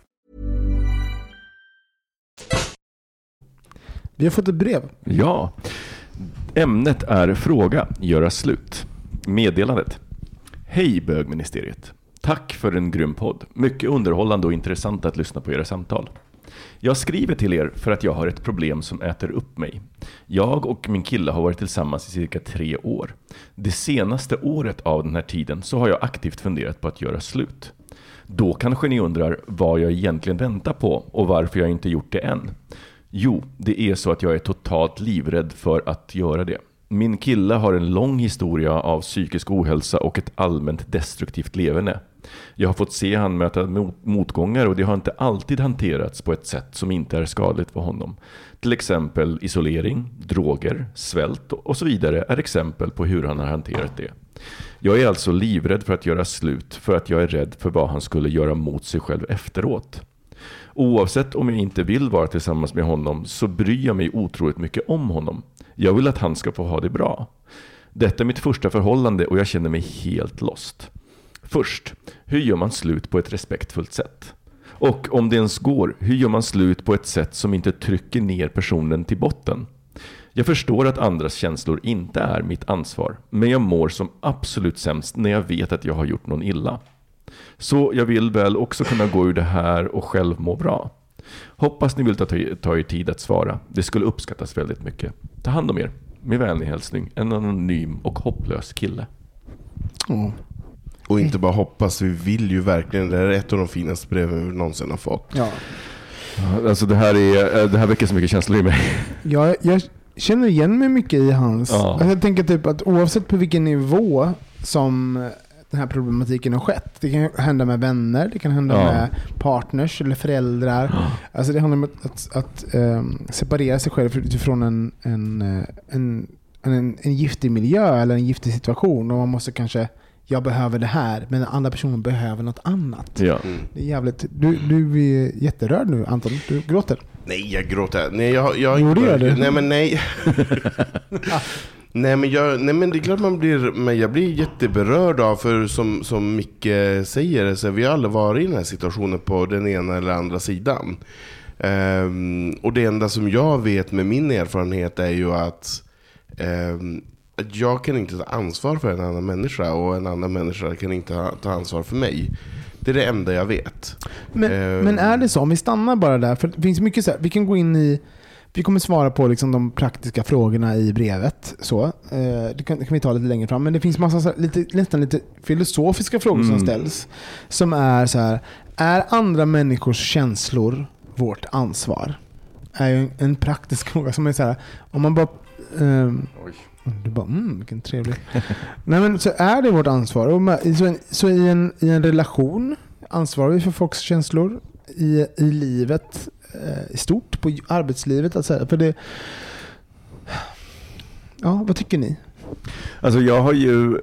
Vi har fått ett brev. Ja. Ämnet är fråga, göra slut. Meddelandet. Hej bögministeriet. Tack för en grym podd. Mycket underhållande och intressant att lyssna på era samtal. Jag skriver till er för att jag har ett problem som äter upp mig. Jag och min kille har varit tillsammans i cirka 3 år. Det senaste året av den här tiden så har jag aktivt funderat på att göra slut. Då kanske ni undrar vad jag egentligen väntar på och varför jag inte gjort det än. Jo, det är så att jag är totalt livrädd för att göra det. Min kille har en lång historia av psykisk ohälsa och ett allmänt destruktivt leverne. Jag har fått se han möta motgångar och det har inte alltid hanterats på ett sätt som inte är skadligt för honom. Till exempel isolering, droger, svält och så vidare är exempel på hur han har hanterat det. Jag är alltså livrädd för att göra slut för att jag är rädd för vad han skulle göra mot sig själv efteråt. Oavsett om jag inte vill vara tillsammans med honom så bryr jag mig otroligt mycket om honom. Jag vill att han ska få ha det bra. Detta är mitt första förhållande och jag känner mig helt lost. Först, hur gör man slut på ett respektfullt sätt? Och om det ens går, hur gör man slut på ett sätt som inte trycker ner personen till botten? Jag förstår att andras känslor inte är mitt ansvar, men jag mår som absolut sämst när jag vet att jag har gjort någon illa. Så jag vill väl också kunna gå ur det här och själv må bra. Hoppas ni vill ta er tid att svara. Det skulle uppskattas väldigt mycket. Ta hand om er. Med vänlig hälsning, en anonym och hopplös kille. Mm. Och inte bara hoppas, vi vill ju verkligen. Det är ett av de finaste breven vi någonsin har fått. Ja. Alltså det här väcker så mycket känslor i mig. Jag känner igen mig mycket i hans. Ja. Alltså jag tänker typ att oavsett på vilken nivå som den här problematiken har skett. Det kan hända med vänner, det kan hända med partners eller föräldrar. Ja. Alltså det handlar om att separera sig själv utifrån en giftig miljö eller en giftig situation. Och man måste kanske, jag behöver det här, men den andra personen behöver något annat. Ja. Det är jävligt. Du är jätterörd nu, Anton. Du gråter. Nej, jag gråter. Nej, jag inte gör det. Nej, men nej. Nej, men det är klart men jag blir jätteberörd av, för som Micke säger, så vi har alla varit i den här situationen på den ena eller andra sidan. Och det enda som jag vet med min erfarenhet är ju att jag kan inte ta ansvar för en annan människa och en annan människa kan inte ta ansvar för mig. Det är det enda jag vet. Men är det så? Om vi stannar bara där, för det finns mycket så här, vi kommer svara på liksom de praktiska frågorna i brevet. Så. Det kan vi ta lite längre fram. Men det finns nästan lite filosofiska frågor som ställs. Som är så här: är andra människors känslor vårt ansvar? Är ju en praktisk fråga som är så här: om man bara... du bara, vilken trevlig. Nej, men så är det vårt ansvar. Och så i en relation ansvarar vi för folks känslor. I livet i stort, på arbetslivet, alltså, för det. Ja, vad tycker ni? Alltså jag har ju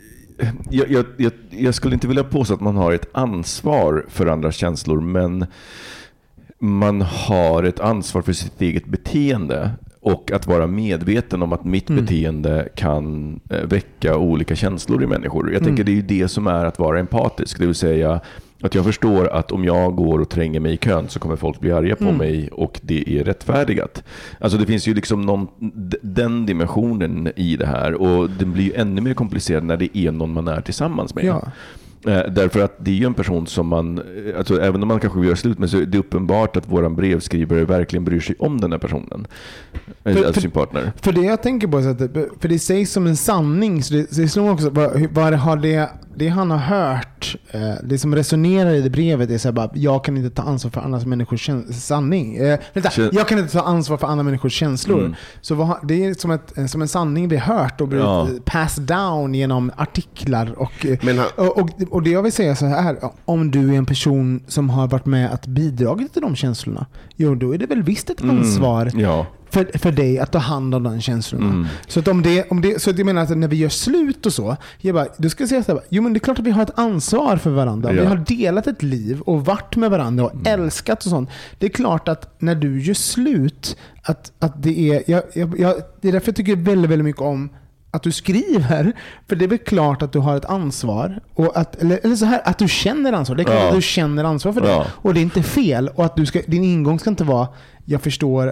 jag skulle inte vilja påstå att man har ett ansvar för andras känslor, men man har ett ansvar för sitt eget beteende och att vara medveten om att mitt beteende kan väcka olika känslor i människor. Jag tänker det är ju det som är att vara empatisk, det vill säga att jag förstår att om jag går och tränger mig i kön så kommer folk bli arga på mig och det är rättfärdigat. Alltså det finns ju liksom den dimensionen i det här, och den blir ju ännu mer komplicerad när det är någon man är tillsammans med. Ja. Därför att det är ju en person som man, alltså även om man kanske vill göra slut med, så är det uppenbart att våran brevskrivare verkligen bryr sig om den här personen, alltså sin partner. För det jag tänker på är att för det sägs som en sanning, så det slår också vad har det han har hört, det som resonerar i det brevet är så här bara: jag kan inte ta ansvar för andra människors sanning. Jag kan inte ta ansvar för andra människors känslor. Så det är som en sanning vi har hört och blivit passed down genom artiklar och det jag vill säga så här: om du är en person som har varit med att bidra till de känslorna, då är det väl visst ett ansvar för dig att ta hand om den känslorna. Så att så att jag menar att när vi gör slut och så, du ska säga så här, jo men det är klart att vi har ett ansvar för varandra. Vi har delat ett liv och varit med varandra och älskat och sånt. Det är klart att när du gör slut att det är det är därför jag tycker väldigt, väldigt mycket om att du skriver, för det är väl klart att du har ett ansvar och eller så här, att du känner ansvar. Det är klart att du känner ansvar för det och det är inte fel, och att din ingång ska inte vara jag förstår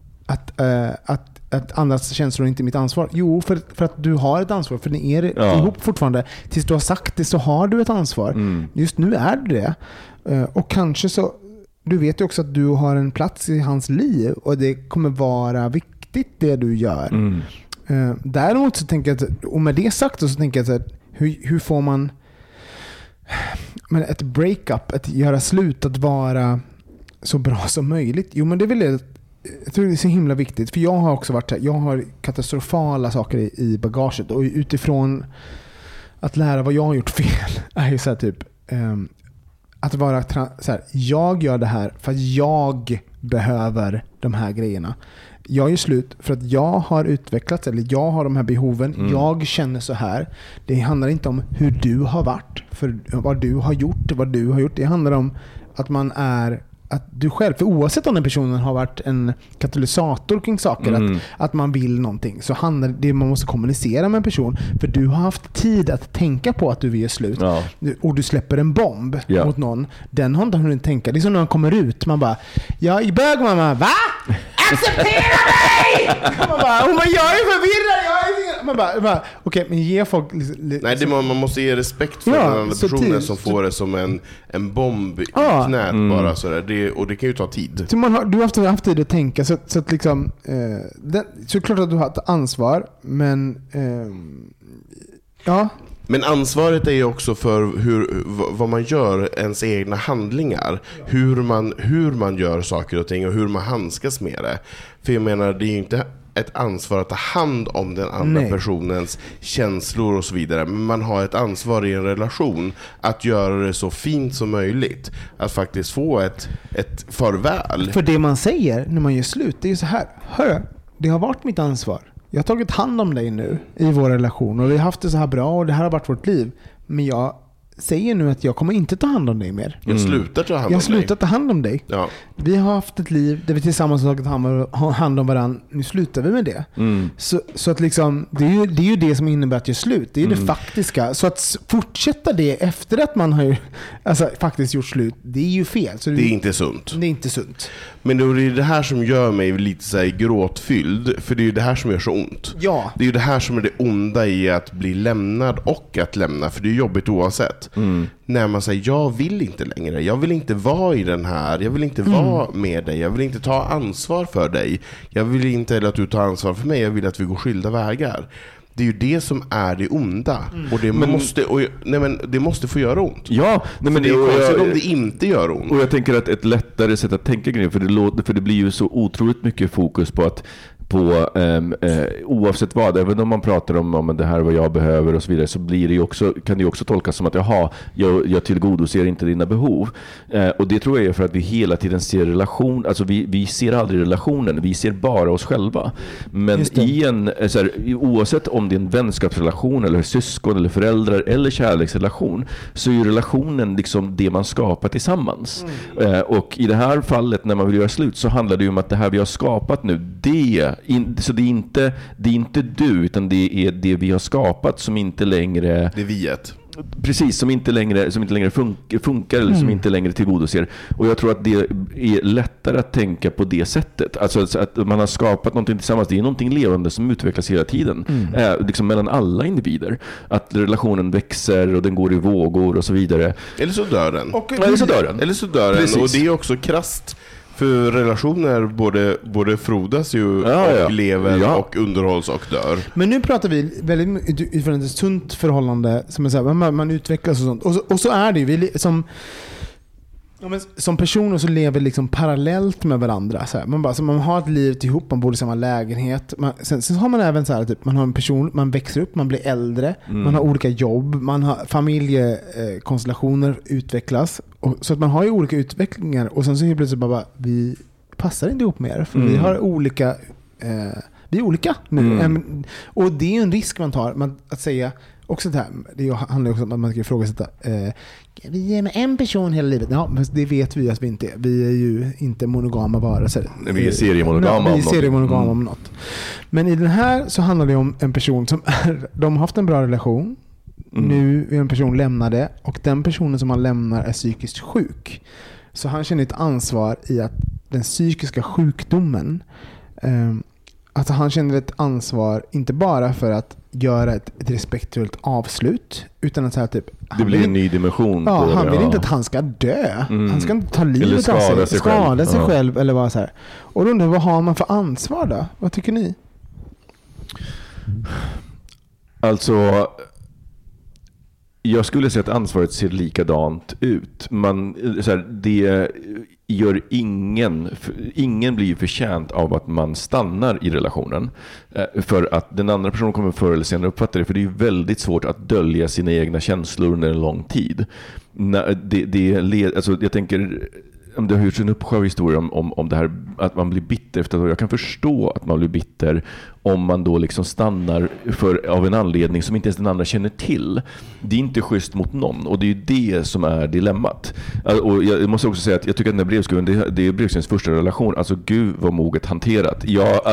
att andras känslor är inte mitt ansvar. Jo, för att du har ett ansvar, för ni är ihop fortfarande. Tills du har sagt det så har du ett ansvar. Just nu är du det. Och kanske så, du vet ju också att du har en plats i hans liv och det kommer vara viktigt det du gör. Däremot så tänker jag att, och med det sagt så tänker jag att hur får man ett breakup, att göra slut, att vara så bra som möjligt? Jo, men det är väl jag tror det är så himla viktigt, för jag har också varit här, jag har katastrofala saker i bagaget, och utifrån att lära vad jag har gjort fel är ju så här typ att vara så här, jag gör det här för att jag behöver de här grejerna. Jag gör slut för att jag har utvecklats, eller jag har de här behoven, jag känner så här. Det handlar inte om hur du har varit, för vad du har gjort, det handlar om att man är att du själv, för oavsett om den personen har varit en katalysator kring saker, att man vill någonting, så handlar det, man måste kommunicera med en person, för du har haft tid att tänka på att du vill göra slut, och du släpper en bomb mot någon, den har inte hunnit tänka. Det är som när man kommer ut, man bara, jag är bög, mamma, va? Acceptera mig! Man bara, jag är förvirrad, man bara okej, men ge folk nej, man måste ge respekt för den andra personen som får det som en bomb i knät bara sådär. Och det kan ju ta tid. Så du har haft tid att tänka, så att liksom så klart att du har ett ansvar, men men ansvaret är ju också för vad man gör, ens egna handlingar, hur man gör saker och ting och hur man handskas med det. För jag menar, det är ju inte ett ansvar att ta hand om den andra personens känslor och så vidare, men man har ett ansvar i en relation att göra det så fint som möjligt, att faktiskt få ett farväl. För det man säger när man gör slut, det är ju så här: hörru, det har varit mitt ansvar, jag har tagit hand om dig nu i vår relation, och vi har haft det så här bra, och det här har varit vårt liv, men jag säger nu att jag kommer inte ta hand om dig mer. Jag slutar ta hand om dig. Ja. Vi har haft ett liv där vi tillsammans har tagit hand om varandra. Nu slutar vi med det. Så att liksom, det är ju det som innebär att göra slut. Det är det faktiska. Så att fortsätta det efter att man har faktiskt gjort slut, det är ju fel. Så det är inte sunt. Det är inte sunt. Men det är det här som gör mig lite så här gråtfylld, för det är ju det här som gör så ont. Ja. Det är ju det här som är det onda i att bli lämnad och att lämna, för det är jobbigt oavsett. När man säger, jag vill inte längre, jag vill inte vara i den här, jag vill inte vara med dig, jag vill inte ta ansvar för dig, jag vill inte heller att du tar ansvar för mig, jag vill att vi går skilda vägar. Det är ju det som är det onda. Och det måste få göra ont. Ja, men det är konstigt om det inte gör ont. Och jag tänker att ett lättare sätt att tänka grejer, för det blir ju så otroligt mycket fokus på att oavsett vad, även om man pratar om det här vad jag behöver och så vidare, så blir det ju också, kan det ju också tolkas som att jag tillgodoser inte dina behov, och det tror jag är för att vi hela tiden ser relation, alltså vi ser aldrig relationen, vi ser bara oss själva. Men i en så här, oavsett om det är en vänskapsrelation eller syskon eller föräldrar eller kärleksrelation, så är ju relationen liksom det man skapar tillsammans. Och i det här fallet, när man vill göra slut, så handlar det ju om att det här vi har skapat nu, så det är inte du, utan det är det vi har skapat som inte längre, det är viet. Precis, som inte längre funkar eller som inte längre tillgodoser. Och jag tror att det är lättare att tänka på det sättet. Alltså att man har skapat någonting tillsammans. Det är någonting levande som utvecklas hela tiden. Liksom mellan alla individer. Att relationen växer och den går i vågor och så vidare. Eller så dör den. Eller så dör den. Precis. Och det är också krasst. För relationer både frodas ju och lever och underhålls och dör. Men nu pratar vi väldigt mycket utifrån ett sunt förhållande, som är så här, man utvecklas och sånt. Och så är det ju, vi som personer så lever liksom parallellt med varandra. Så här. Man har ett liv ihop, man bor i samma lägenhet. Sen har man även så här, typ, man har en person, man växer upp, man blir äldre, man har olika jobb, man har familjekonstellationer utvecklas. Så att man har ju olika utvecklingar, och sen så är det plötsligt bara vi passar inte ihop mer, för vi har olika vi är olika nu. Och det är ju en risk man tar, att säga också det här. Det handlar också om att man ska ifrågasätta. Vi är med en person hela livet. Ja, men det vet vi att vi inte är. Vi är ju inte monogama varelser. Vi är seriemonogama om något. Men i den här så handlar det om en person som de har haft en bra relation. Nu är en person lämnade, och den personen som han lämnar är psykiskt sjuk. Så han känner ett ansvar i att den psykiska sjukdomen, alltså han känner ett ansvar inte bara för att göra ett respektfullt avslut, utan att säga typ, det blir en ny dimension på det. Han vill inte att han ska dö. Han ska inte ta livet av sig, skada sig själv eller vad så här. Och då undrar, vad har man för ansvar då? Vad tycker ni? Alltså, jag skulle säga att ansvaret ser likadant ut. Det gör ingen blir förtjänt av att man stannar i relationen. För att den andra personen kommer förr eller senare uppfatta det. För det är ju väldigt svårt att dölja sina egna känslor under en lång tid. Jag tänker, det har gjorts en uppsjö historia om det här att man blir bitter efter. Jag kan förstå att man blir bitter om man då liksom stannar av en anledning som inte ens den andra känner till. Det är inte schysst mot någon, och det är ju det som är dilemmat. Och jag måste också säga att jag tycker att den här brevskrivaren, det är brevskrivarens första relation. Alltså gud vad moget hanterat.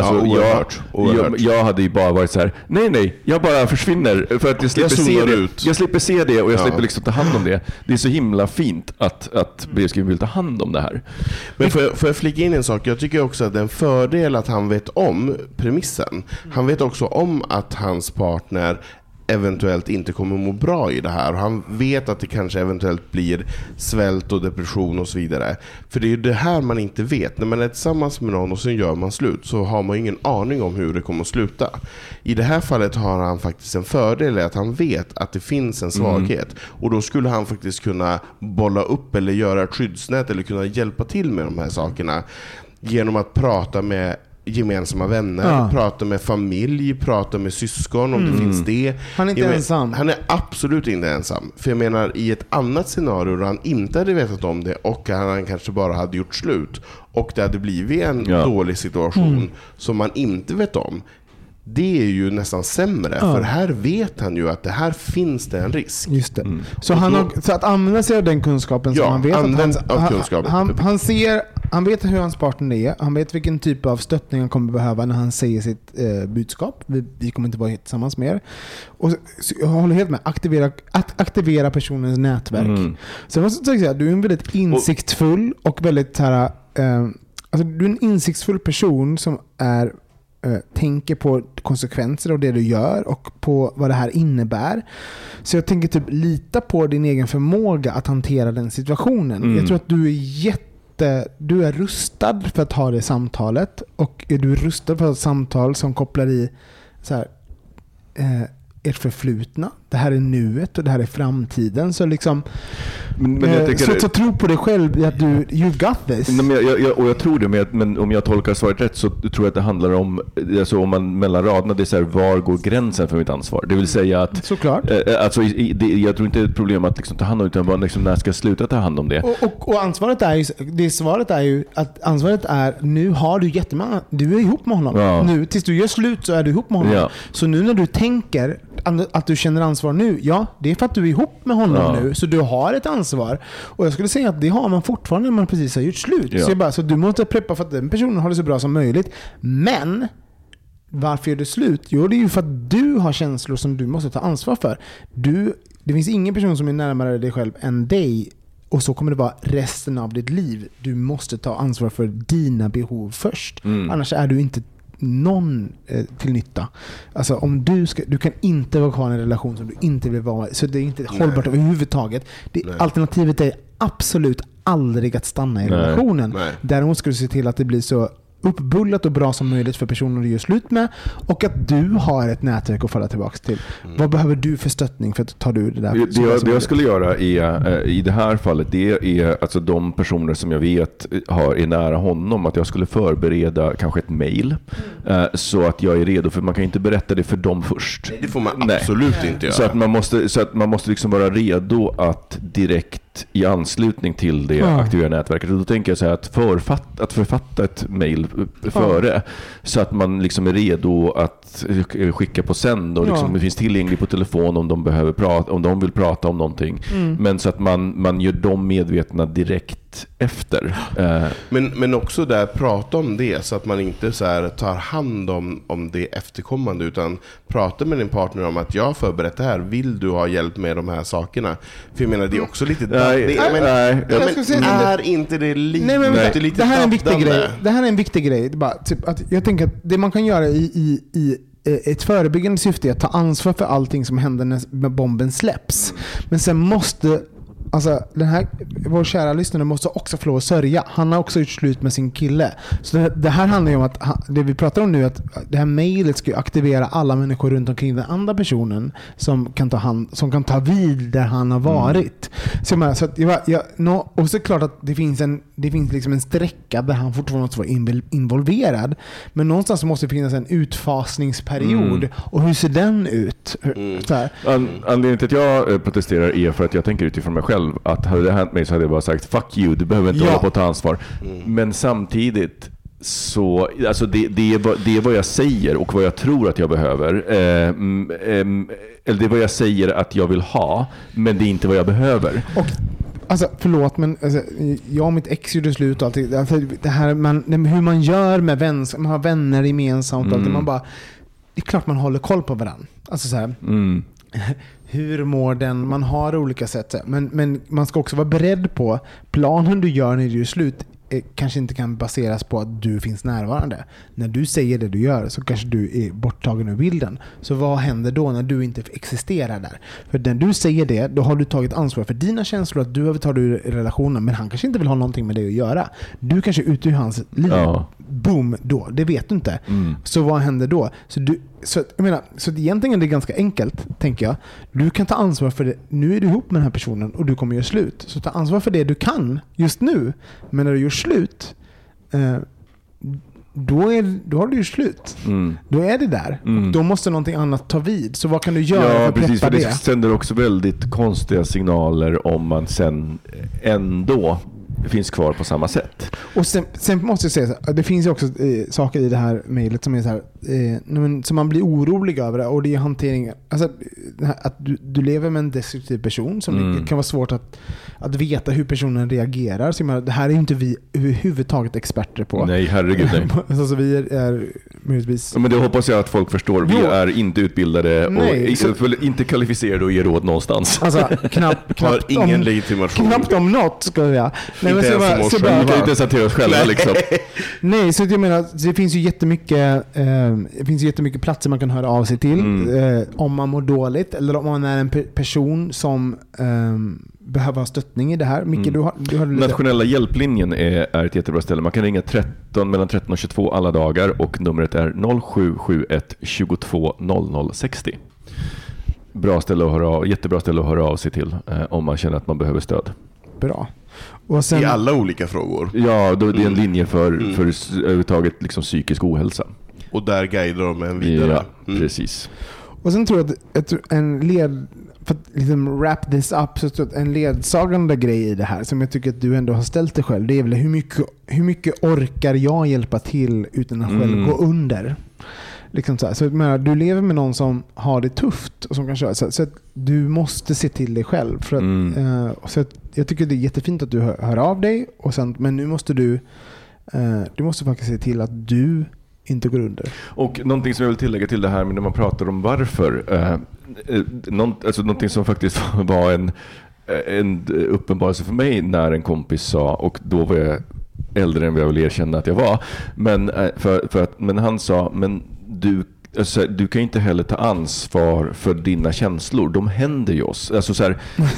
Jag hade ju bara varit så här: nej, jag bara försvinner för att jag slipper se det. Jag slipper se det, och jag slipper liksom ta hand om det. Det är så himla fint att brevskrivaren vill ta hand om det här. Men får jag flika in en sak? Jag tycker också att det är en fördel att han vet om premissen. Han vet också om att hans partner eventuellt inte kommer må bra i det här. Och han vet att det kanske eventuellt blir svält och depression och så vidare. För det är ju det här man inte vet. När man är tillsammans med någon och sen gör man slut, så har man ingen aning om hur det kommer att sluta. I det här fallet har han faktiskt en fördel, att han vet att det finns en svaghet. Och då skulle han faktiskt kunna bolla upp eller göra ett skyddsnät eller kunna hjälpa till med de här sakerna genom att prata med gemensamma vänner, prata med familj, prata med syskon om det finns det. Han är inte ensam. Han är absolut inte ensam. För jag menar, i ett annat scenario där han inte hade vetat om det och han kanske bara hade gjort slut och det hade blivit en dålig situation som man inte vet om, det är ju nästan sämre. För här vet han ju att det här finns det en risk. Just det. Så att använda sig av den kunskapen som han vet han vet hur hans partner är. Han vet vilken typ av stöttning han kommer behöva när han säger sitt budskap. Vi kommer inte vara tillsammans mer. Och jag håller helt med. Aktivera personens nätverk. Så jag måste säga att du är en väldigt insiktsfull och väldigt så här, alltså du är en insiktsfull person som tänker på konsekvenser av det du gör och på vad det här innebär. Så jag tänker typ lita på din egen förmåga att hantera den situationen. Jag tror att du är rustad för att ha det samtalet, och är du rustad för ett samtal som kopplar i så här, ert förflutna. Det här är nuet och det här är framtiden. Så liksom så tro på dig själv att you got this. Jag tror det, men om jag tolkar svaret rätt så tror jag att det handlar om, alltså om man mellan raderna, det är så här, var går gränsen för mitt ansvar? Det vill säga att såklart. Alltså, jag tror inte det är ett problem att liksom ta hand om det, utan bara liksom, när ska jag sluta ta hand om det? Och ansvaret är ju, svaret är ju att ansvaret är, nu har du jättemånga, du är ihop med honom. Nu tills du gör slut så är du ihop med honom. Så nu när du tänker att du känner ansvar nu, det är för att du är ihop med honom nu, så du har ett ansvar. Och jag skulle säga att det har man fortfarande när man precis har gjort slut. Så du måste preppa för att den personen har det så bra som möjligt. Men varför gör du slut? Jo, det är ju för att du har känslor som du måste ta ansvar för. Det finns ingen person som är närmare dig själv än dig, och så kommer det vara resten av ditt liv. Du måste ta ansvar för dina behov först. Annars är du inte någon till nytta. Alltså om du kan inte vara kvar i en relation som du inte vill vara, så det är inte hållbart överhuvudtaget. Alternativet är absolut aldrig att stanna i relationen. Däremot ska du se till att det blir så uppbullat och bra som möjligt för personer du gör slut med, och att du har ett nätverk att falla tillbaka till. Vad behöver du för stöttning för att ta du det där? Det jag skulle göra i det här fallet, det är alltså de personer som jag vet är nära honom, att jag skulle förbereda kanske ett mejl så att jag är redo, för man kan inte berätta det för dem först. Det får man absolut inte göra. Så att man måste liksom vara redo att direkt i anslutning till det aktiva nätverket. Och då tänker jag så här att författa ett mejl före så att man liksom är redo att skicka på sänd och liksom det finns tillgängligt på telefon om de behöver prata, om de vill prata om någonting. Men så att man gör dem medvetna direkt efter. Men också där prata om det så att man inte så här tar hand om det efterkommande, utan prata med din partner om att jag har förberett det här, vill du ha hjälp med de här sakerna? För jag menar det är också lite är inte det lite det här är en viktig grej. Det här är en viktig grej. Bara, typ, att jag tänker att det man kan göra i ett förebyggande syfte är att ta ansvar för allting som händer när bomben släpps. Men sen måste vår kära lyssnare måste också få lov att sörja. Han har också gjort slut med sin kille. Så det här handlar ju om att det vi pratar om nu, att det här mejlet ska aktivera alla människor runt omkring den andra personen som kan ta vid där han har varit. Så och så är det klart att det finns liksom en sträcka där han fortfarande måste vara involverad. Men någonstans måste det finnas en utfasningsperiod. Och hur ser den ut? Så här. Anledningen till att jag protesterar är för att jag tänker utifrån mig själv att hade det hänt mig så hade jag bara sagt fuck you, du behöver inte hålla på att ta ansvar. Men samtidigt så alltså det är vad jag säger och vad jag tror att jag behöver. Eller det är vad jag säger att jag vill ha, men det är inte vad jag behöver. Och alltså förlåt, men alltså, jag och mitt ex gjorde slut och allting. Alltså, det här hur man gör med man har vänner gemensamt och allting, man bara, det är klart man håller koll på varandra. Alltså så här. Hur mår den? Man har olika sätt. Men man ska också vara beredd på planen du gör när du gör slut kanske inte kan baseras på att du finns närvarande. När du säger det du gör så kanske du är borttagen ur bilden. Så vad händer då när du inte existerar där? För när du säger det, då har du tagit ansvar för dina känslor, att du har tagit ur relationen, men han kanske inte vill ha någonting med det att göra. Du kanske är ute ur hans liv. Boom, då. Det vet du inte. Så vad händer då? Så egentligen är det ganska enkelt, tänker jag. Du kan ta ansvar för det. Nu är du ihop med den här personen och du kommer göra slut. Så ta ansvar för det du kan just nu. Men när du gör slut, då har du gjort slut. Då är det där. Och då måste någonting annat ta vid. Så vad kan du göra för att precis, preppa för det? Det sänder också väldigt konstiga signaler om man sen ändå finns kvar på samma sätt. Och sen måste jag säga att det finns ju också saker i det här mejlet som är så här, som man blir orolig över det, och det är hanteringen, alltså att du lever med en destruktiv person som det kan vara svårt att veta hur personen reagerar. Så det här är ju inte vi överhuvudtaget experter på. Nej, herregud nej. Alltså vi är möjligtvis... Men det hoppas jag att folk förstår. Vi är inte utbildade och inte kvalificerade att ge råd någonstans. Alltså knappt har ingen legitimation. Knappt om något, ska jag. Nej, men vi kan inte ens hantera oss själva liksom. Nej, så jag menar, det finns ju jättemycket platser man kan höra av sig till om man mår dåligt eller om man är en person som behöver ha stöttning i det här. Micke, du har lite... Nationella hjälplinjen är ett jättebra ställe. Man kan ringa mellan 13 och 22 alla dagar och numret är 0771 22 00 60. Jättebra ställe att höra av sig till om man känner att man behöver stöd. Bra. Och sen, i alla olika frågor. Ja, det är en linje för överhuvudtaget liksom psykisk ohälsa. Och där guidar de en vidare. Ja, precis. Och sen tror jag att för att liksom wrap this up, så en ledsagande grej i det här som jag tycker att du ändå har ställt dig själv, det är väl hur mycket orkar jag hjälpa till utan att själv gå under? Liksom så du lever med någon som har det tufft och som kan köra, så att du måste se till dig själv för att, så att jag tycker det är jättefint att du hör av dig och sen, men nu måste du måste faktiskt se till att du inte går under. Och någonting som jag vill tillägga till det här med när man pratar om varför någonting som faktiskt var en uppenbarelse för mig när en kompis sa, och då var jag äldre än vad jag vill erkänna att jag var, men han sa, men du kan inte heller ta ansvar för dina känslor. De händer ju oss. Alltså så här,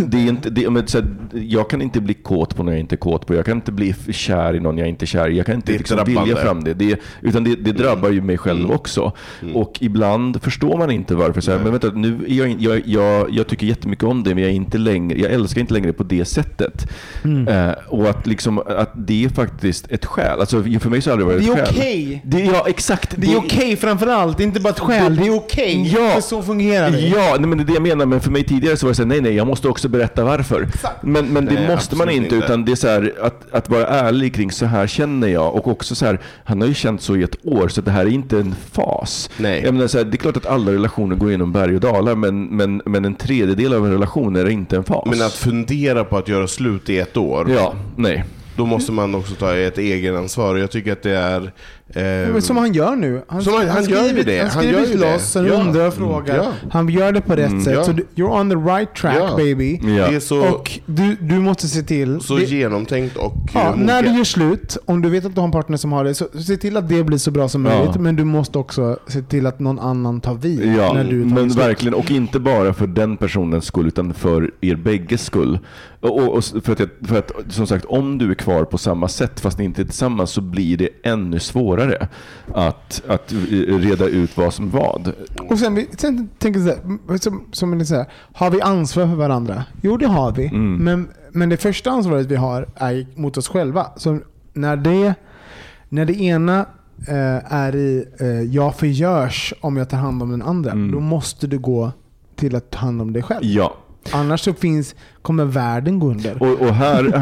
jag kan inte bli kåt på någon jag inte är kåt på. Jag kan inte bli kär i någon jag inte är kär i. Jag kan inte liksom vilja fram det. Utan det drabbar ju mig själv också. Och ibland förstår man inte varför. Så här, men vänta, nu är jag tycker jättemycket om det, men jag älskar inte längre på det sättet. Och att det är faktiskt ett skäl. Alltså för mig så har det varit ett skäl. Det är okej. Ja, exakt. Det är okej framförallt. Inte inte bara ett skäl, det är okej. Ja, för så fungerar det. Ja, nej, men det är det jag menar. Men för mig tidigare så var det så här, nej, jag måste också berätta varför. Men det Nej, måste man inte, utan det är så här, att vara ärlig kring så här känner jag. Och också så här, han har ju känt så i ett år, så det här är inte en fas. Nej. Jag menar, så här, det är klart att alla relationer går igenom berg och dalar, men en tredjedel av en relation är inte en fas. Men att fundera på att göra slut i ett år. Ja, nej. Då måste man också ta ett egenansvar. Jag tycker att det är... Men som han gör nu. Han gör ju det. Han skriver till oss, han undrar och frågar. Ja. Han gör det på rätt sätt. Så you're on the right track, baby. Ja. Det är så, och du måste se till... Så genomtänkt och... när du gör slut, om du vet att du har en partner som har det, så se till att det blir så bra som möjligt. Men du måste också se till att någon annan tar vid. Ja, när du tar men slut. verkligen. Och inte bara för den personens skull, utan för er bägges skull. Och för att som sagt, om du är kvar på samma sätt fast ni inte är tillsammans, så blir det ännu svårare att reda ut vad som vad. Och sen tänker jag som ni säger, har vi ansvar för varandra? Jo, det har vi. Men det första ansvaret vi har är mot oss själva. Så när det ena är i jag förgörs om jag tar hand om den andra, då måste du gå till att ta hand om dig själv. Ja. Annars så kommer världen gå under. Och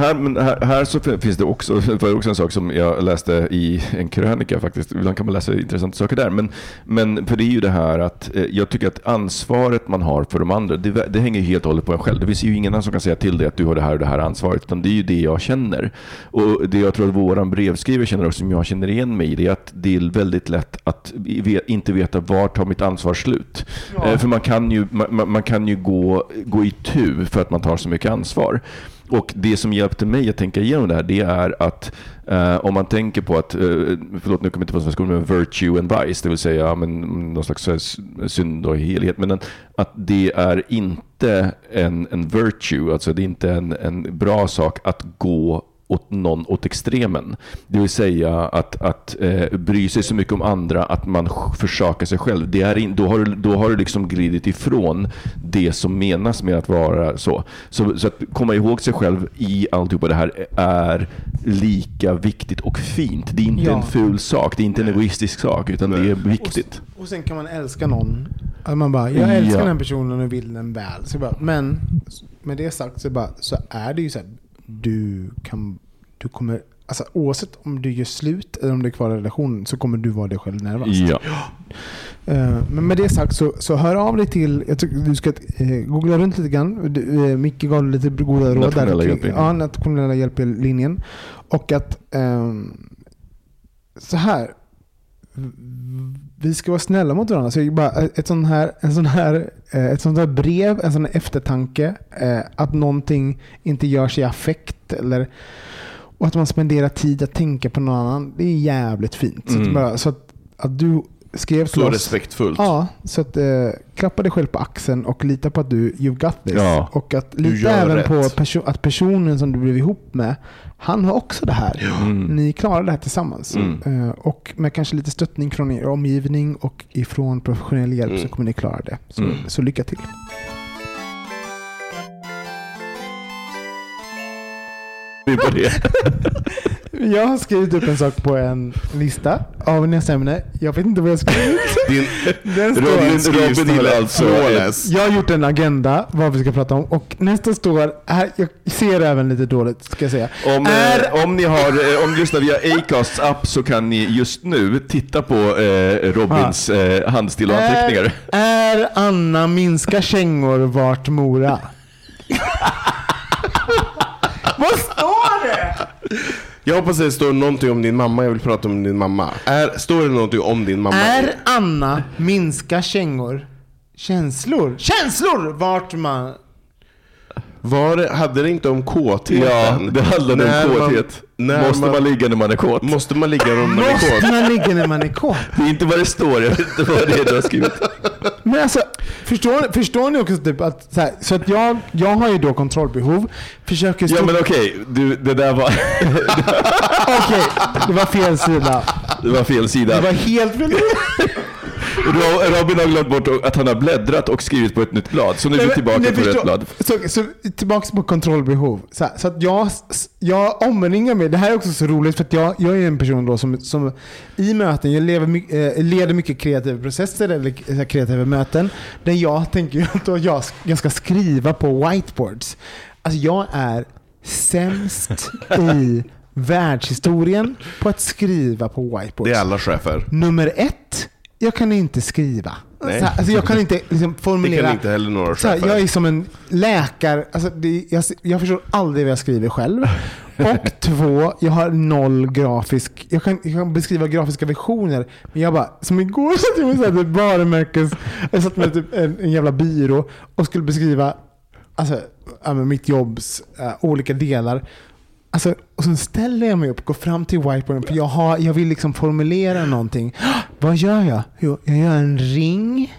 här så finns det också en sak som jag läste i en krönika faktiskt. Ibland kan man läsa intressanta saker där. Men för det är ju det här att jag tycker att ansvaret man har för de andra, det hänger helt och hållet på en själv. Det finns ju ingen som kan säga till dig att du har det här och det här ansvaret, utan det är ju det jag känner. Och det jag tror att våran brevskrivare känner också, som jag känner igen mig i, det är att det är väldigt lätt att inte veta var tar mitt ansvar slut. För man kan ju gå i tu för att man tar så mycket ansvar. Och det som hjälpte mig att tänka igenom det här, det är att om man tänker på att, förlåt nu kommer jag inte på svenska ord, men virtue and vice, det vill säga någon slags synd och helhet, men att det är inte en virtue, alltså det är inte en bra sak att gå åt extremen. Det vill säga att bry sig så mycket om andra att man försakar sig själv. Då har du liksom glidit ifrån det som menas med att vara så. Så att komma ihåg sig själv i alltihopa det här är lika viktigt och fint. Det är inte en ful sak, det är inte en egoistisk sak, utan det är viktigt. Och sen kan man älska någon. Att man bara, jag älskar den personen och vill den väl. Så bara, men med det sagt så är det ju så här, du kommer, alltså oavsett om du gör slut eller om du är kvar i relationen, så kommer du vara dig själv närmast. Ja. Men med det sagt så hör av dig till, jag tycker du ska googla runt lite grann. Micke gav lite goda råd där. Nationella hjälplinjen. Och att så här, vi ska vara snälla mot varandra. Så bara ett sånt här brev, en sån här eftertanke, att någonting inte görs i affekt eller, och att man spenderar tid att tänka på någon annan, det är jävligt fint. Så att du skrev så respektfullt. Ja, så att klappa dig själv på axeln och lita på att you've got this. Ja. Och att lita även på att personen som du blev ihop med, han har också det här. Ni klarar det här tillsammans. Och med kanske lite stöttning från er omgivning och ifrån professionell hjälp så kommer ni klara det. Så lycka till. På det. Jag har skrivit upp en sak på en lista av nästa ämne. Jag vet inte vad jag skrivit. Jag har gjort en agenda vad vi ska prata om. Och nästa står här, jag ser även lite dåligt ska jag säga. Om ni lyssnar via Acasts app så kan ni just nu titta på Robins handstil och anteckningar. Är Anna minska kängor vart Mora? Vad står det? Jag hoppas det står någonting om din mamma. Jag vill prata om din mamma. Står det någonting om din mamma? Är Anna minska kängor? Känslor vart man... Hade det inte om kåtheten? Ja, det handlade om kåthet. Måste man ligga när man är kåt? Måste man ligga när man är kåt? Måste man ligga när man är kåt? Det är inte vad det står, jag vet inte vad det är du har skrivit. Men alltså, förstår ni också typ att så att jag har ju då kontrollbehov. Försöker Ja men okej, det där var okej, det var fel sida. Det var fel sida. Det var helt fel. Robin har glömt bort att han har bläddrat och skrivit på ett nytt blad. Så nu är vi tillbaka på ett blad. Så tillbaka på kontrollbehov. Så att jag omringar mig. Det här är också så roligt för att jag är en person då som i möten, jag leder mycket kreativa processer eller kreativa möten där jag tänker att jag ska skriva på whiteboards. Alltså jag är sämst i världshistorien på att skriva på whiteboards. Det är alla chefer. Nummer 1, jag kan inte skriva. Alltså jag kan inte liksom formulera. Det kan inte heller några chefer. Jag är som en läkare. Alltså jag förstår aldrig vad jag skriver själv. Och 2, jag har 0 grafisk. Jag kan beskriva grafiska visioner. Men jag bara, som igår satt jag med ett varumärkes. Jag satt med typ en jävla byrå och skulle beskriva mitt jobbs olika delar. Alltså, och så ställer jag mig upp och går fram till whiteboarden för jag vill liksom formulera någonting. Vad gör jag? Jo, jag gör en ring.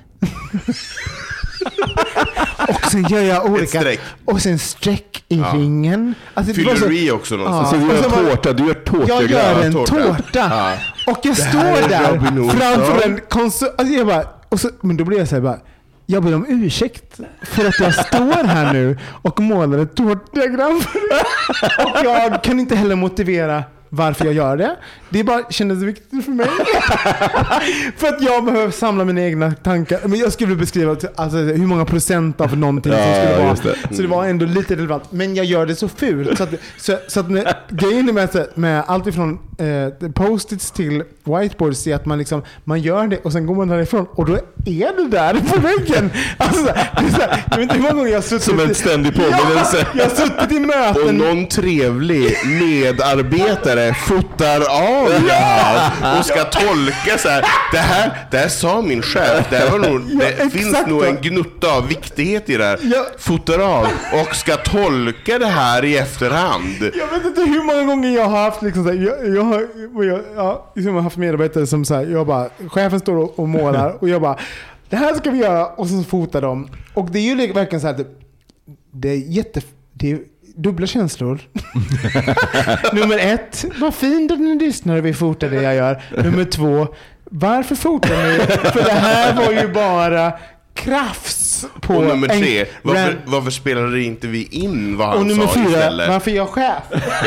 Och sen gör jag olika och sen streck i ringen. Alltså, fylleri också någonstans. Så du gör tårta, du gör tårta. Jag gör en tårta. Och jag står där framför en konsol. Alltså jag bara, men då blir jag så här bara, jag ber om ursäkt för att jag står här nu och målar ett tårtdiagram. Och jag kan inte heller motivera varför jag gör det. Det bara kändes viktigt för mig. För att jag behöver samla mina egna tankar. Men jag skulle beskriva hur många procent av någonting som skulle vara. Så det var ändå lite relevant. Men jag gör det så fult. Så att grejen med allt ifrån post-its till whiteboards är att man gör det och sen går man därifrån och då är det där på väggen. Alltså, jag vet inte hur många gånger jag har suttit som en ständig påminnelse. Ja, jag har suttit i möten. Och någon trevlig medarbetare fotar av det här och ska tolka så här. Det här sa min chef. Det finns nog en gnutta av viktighet i det här. Fotar av och ska tolka det här i efterhand. Jag vet inte hur många gånger jag har haft liksom så här, jag har haft medarbetare som så här, chefen står och målar och jag bara, det här ska vi göra och så fotar de. Och det är ju verkligen så här, det är dubbla känslor. Nummer 1, vad fint att ni lyssnar och vi fotar det jag gör. Nummer 2, varför fotar ni? För det här var ju bara krafts på. Och nummer 3, varför spelade inte vi in vad han sa? Och nummer 4, istället? varför är jag chef?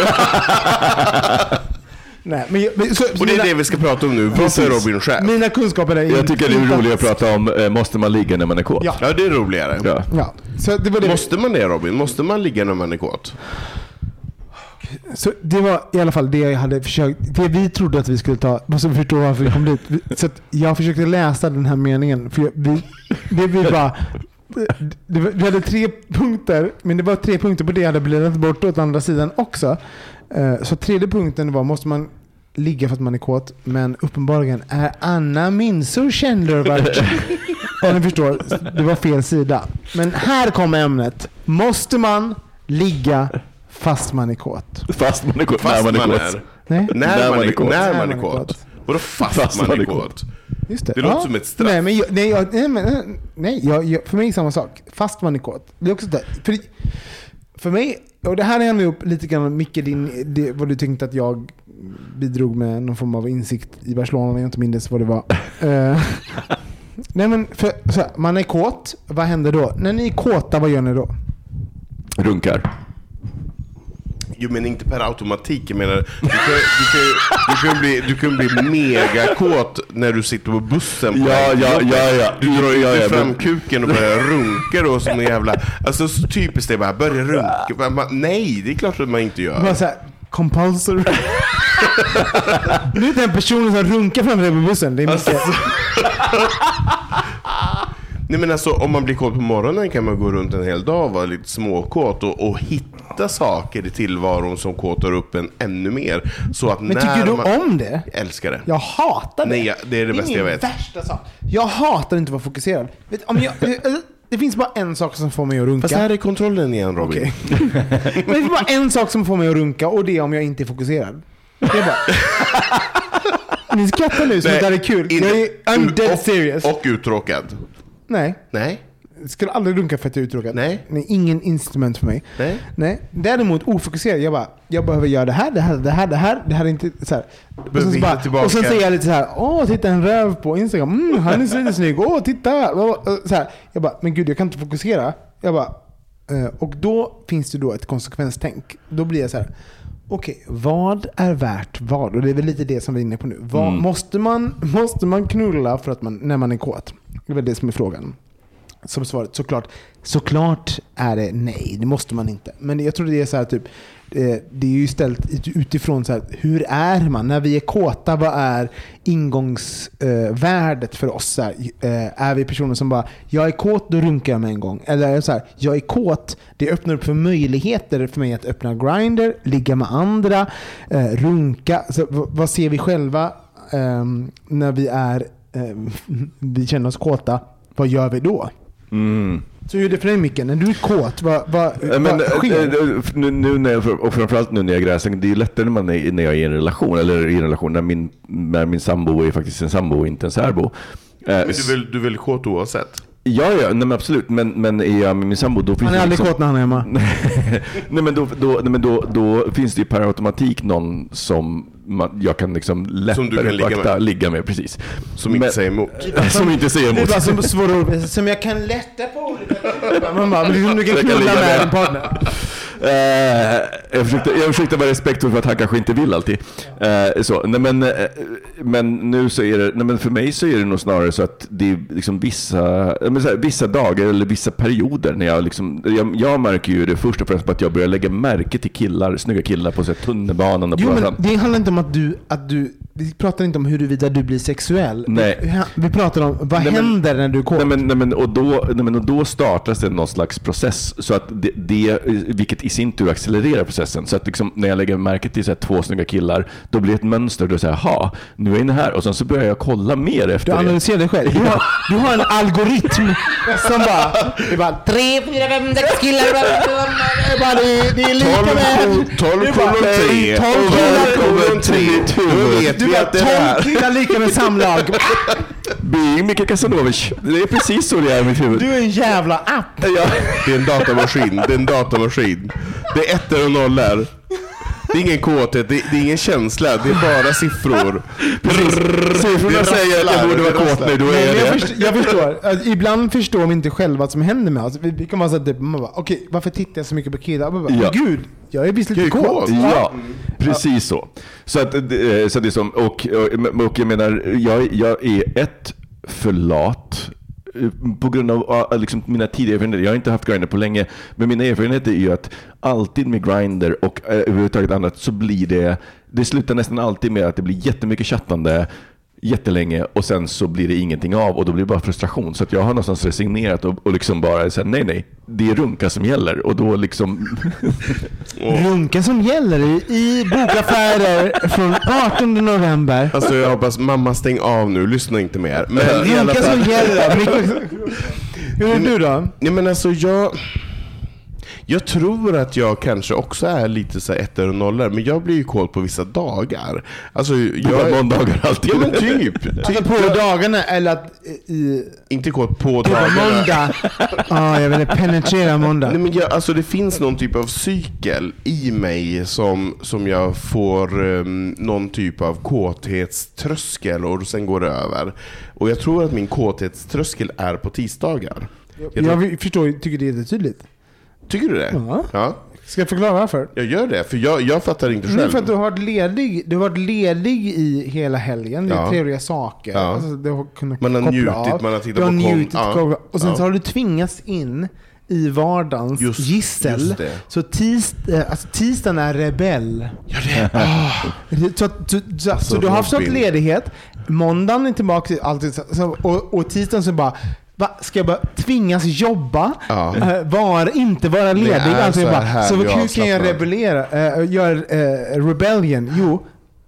Nej, men och det är det vi ska prata om nu. Varför är Robin chef? Mina kunskaper är jag tycker det är roligt att prata om måste man ligga när man är kåt? Ja, det är roligare. Ja. Så det var det. Måste man det, Robin? Måste man ligga när man är kåt? Så det var i alla fall det jag hade försökt. Det vi trodde att vi skulle ta. Måste förstå varför vi kom dit. Så att jag försökte läsa den här meningen. För vi hade 3 punkter. Men det var 3 punkter på det jag hade blivit bort åt andra sidan också. Så 3:e punkten var, måste man ligga för att man är kåt? Men uppenbarligen är Anna Minso Chandler. Om ni förstår, det var fel sida. Men här kommer ämnet. Måste ligga fast man är kåt? Fast man är kåt. När man är kåt. Nej? När man är kåt. Vadå fast man är kåt? Just det. Det låter som ett straff. Nej, för mig är samma sak. Fast man är kåt. Det är också det. För mig, och det här är ändå upp lite grann, Micke, vad du tänkte att jag bidrog med någon form av insikt i Barcelona, jag inte minns vad det var. Nej, men man är kåt, vad händer då? När ni är kåta, vad gör ni då? Runkar. Jo, men inte per automatik. Jag menar, du kan bli mega kåt när du sitter på bussen på Du drar ju fram kuken och börjar runka då som en jävla. Alltså så typiskt det bara börja runka. Nej, det är klart att man inte gör. Bara så här, compulsory. Du är den personen som runkar framför dig på bussen. Det är mycket. Nej, men alltså, om man blir kåt på morgonen kan man gå runt en hel dag och vara lite småkåt och hitta saker i tillvaron som kåtar upp en ännu mer. Så att men tycker du om det? Jag älskar det. Jag hatar det. Nej, det är det bästa jag vet. Värsta sak. Jag hatar inte att vara fokuserad. Det finns bara en sak som får mig att runka. Fast här är kontrollen igen, Robin. Okay. Men det finns bara en sak som får mig att runka, och det är om jag inte är fokuserad. Det är bara... Ni skrattar nu som att det här är kul. I'm dead serious. Och uttråkad. Nej. skulle aldrig runka för att jag är uttråkad. Nej. Ingen instrument för mig. Nej. Däremot ofokuserad. Jag behöver göra det här. Det här är inte så här. Och sen säger jag lite så här, titta en röv på Instagram. Han är så lite snygg. Titta. Så här. Jag bara, men gud, jag kan inte fokusera. Jag bara, och då finns det då ett konsekvenstänk. Då blir jag så här, okej, vad är värt vad? Och det är väl lite det som vi är inne på nu. Måste man knulla för att när man är kåt? Det är väl det som är frågan. Som svaret, såklart är det nej, det måste man inte. Men jag tror det är så här typ, det är ju ställt utifrån så här, hur är man när vi är kåta, vad är ingångsvärdet för oss så här, är vi personer som bara, jag är kåt, då runkar jag med en gång, eller är det så här, jag är kåt, det öppnar upp för möjligheter för mig att öppna Grindr, ligga med andra, runka, så, vad ser vi själva när vi känner oss kåta, vad gör vi då? Så hur är det för dig, Micke? När du är kåt, vad sker? Nu när jag, och framförallt nu när jag gräser, det är ju lättare när jag är i en relation, eller i en relation när min sambo är faktiskt en sambo och inte en särbo. Men du vill kåt oavsett? Ja, nej, men absolut. Men är jag med min sambo, då finns han är aldrig kåt när han är hemma. nej, men då finns det ju per automatik någon som jag kan liksom lättare ligga med, precis. Som inte säger emot. Som inte säger emot. Det är bara som svåra ord. Som jag kan lätta på. Man bara, du kan knulla med en partner. Jag försökte vara respektfull för att han kanske inte vill alltid. Men nu så är det, men för mig så är det nog snarare så att det är liksom vissa dagar eller vissa perioder när jag märker ju det först och främst på att jag börjar lägga märke till snygga killar på så tunnelbanan och jo, men det handlar inte om att du vi pratar inte om huruvida du blir sexuell. Nej. Vi pratar om vad händer när du är kåt. Och då startas det någon slags process så att det vilket i sin tur accelererar processen. Så att liksom, när jag lägger märke till så här, 2 snygga killar, då blir det ett mönster. Då säger jag, nu är jag inne här. Och sen så börjar jag kolla mer efter det. Du analyserar dig själv. Du har en algoritm som bara 3, 4, 5, 6 killar. Det är lika med 12,3. Du har 12 killar lika med samlag. Bing, Micke Kasanovic. Det är precis så det är i mitt huvud. Du är en jävla app. Ja. Det är en datamaskin. Det är 1 och 0 där. Det är ingen kåthet, det är ingen känsla. Det är bara siffror. Siffrorna säger att jag borde vara kåt nu. Då är det. Jag förstår. Ibland förstår vi inte själv vad som händer med oss. Vi kan vara så att man bara, okej, varför tittar jag så mycket på killar? Gud, jag är visst lite kåt. Ja, precis så. Så att det är som, och jag menar, jag är för lat på grund av liksom mina tidigare erfarenheter. Jag har inte haft Grindr på länge, men mina erfarenheter är ju att alltid med Grindr och överhuvudtaget annat så blir det slutar nästan alltid med att det blir jättemycket chattande jättelänge och sen så blir det ingenting av och då blir det bara frustration. Så att jag har någonstans resignerat och liksom bara sagt nej, det är runka som gäller och då liksom runka som gäller i bokaffärer från 18 november. Alltså jag hoppas mamma stäng av nu, lyssna inte mer. Men runka som gäller. Hur är du då? Ja, men alltså jag tror att jag kanske också är lite så 1 och 0, men jag blir ju kåt på vissa dagar. Alltså jag måndagar alltid. Ja, men typ alltså på dagarna eller att inte kåt på dagarna. Måndag. Jag vill penetrera måndag. Nej, men alltså det finns någon typ av cykel i mig som jag får någon typ av kåthetströskel och sen går det över. Och jag tror att min kåthetströskel är på tisdagar. Jag tycker det är tydligt. Tycker du det? Ja. Ska jag förklara varför? Jag gör det, för jag fattar inte själv. Det är för att du har varit ledig i hela helgen. Det är trevliga saker. Ja. Alltså, du har kunnat man har njutit, av. man har tittat på och sen så har du tvingats in i vardagens gissel. Just det. Så tisdagen är rebell. Ja, det. Så du har haft sån ledighet. Måndagen är tillbaka alltid, och tisdagen så bara ska jag bara tvingas jobba, inte vara ledig, alltså så hur kan jag rebellera, göra rebellion? Jo,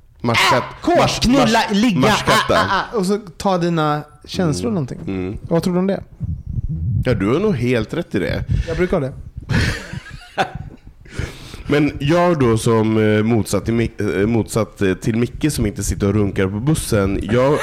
knulla, ligga och så ta dina känslor någonting. Vad tror du om det? Ja, du har nog helt rätt i det. Jag brukar det. Men jag då som motsatt till Micke som inte sitter och runkar på bussen,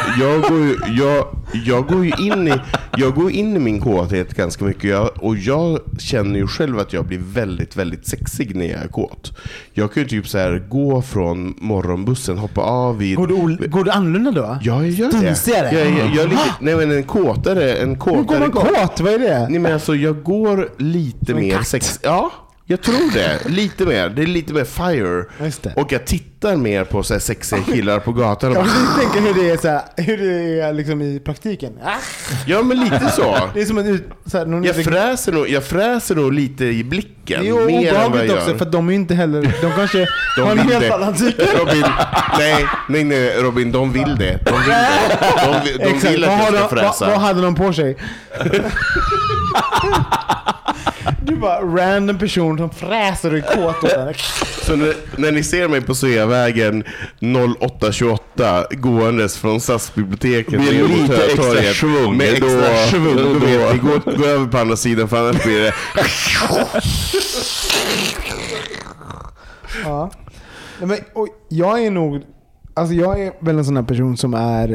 jag går in i min kåthet ganska mycket, och jag känner ju själv att jag blir väldigt, väldigt sexig när jag är kåt. Jag kan ju typ så här gå från morgonbussen, hoppa av vid... Går du annorlunda då? Ja, jag gör det. Jag lite, nej, men en kåtare. Hur går man kåt? Vad är det? Nej, men alltså jag går lite mer sex. Ja, jag tror det. Lite mer. Det är lite mer fire. Just det. Och jag tittar mer på så här sexiga killar på gatan. Jag tänker hur det är så här, hur det är liksom i praktiken. Ja, men lite så. Det är som en så här, jag fräser nog lite i blicken. Jo, mer än vad jag gör. också, för de är inte heller, de kanske har en helt annan typ. Robin, nej, Robin, de vill det. De vill att jag ska fräsa. Vad hade de på sig? Du bara random person som fräser i kåt. Så när ni ser mig på Sveavägen 0828 gåendes från SAS-biblioteket med lite extra svung, med extra svung, då vet ni, gå över på andra sidan, för annars blir det... Ja. Men, jag är nog, alltså jag är väl en sån här person som är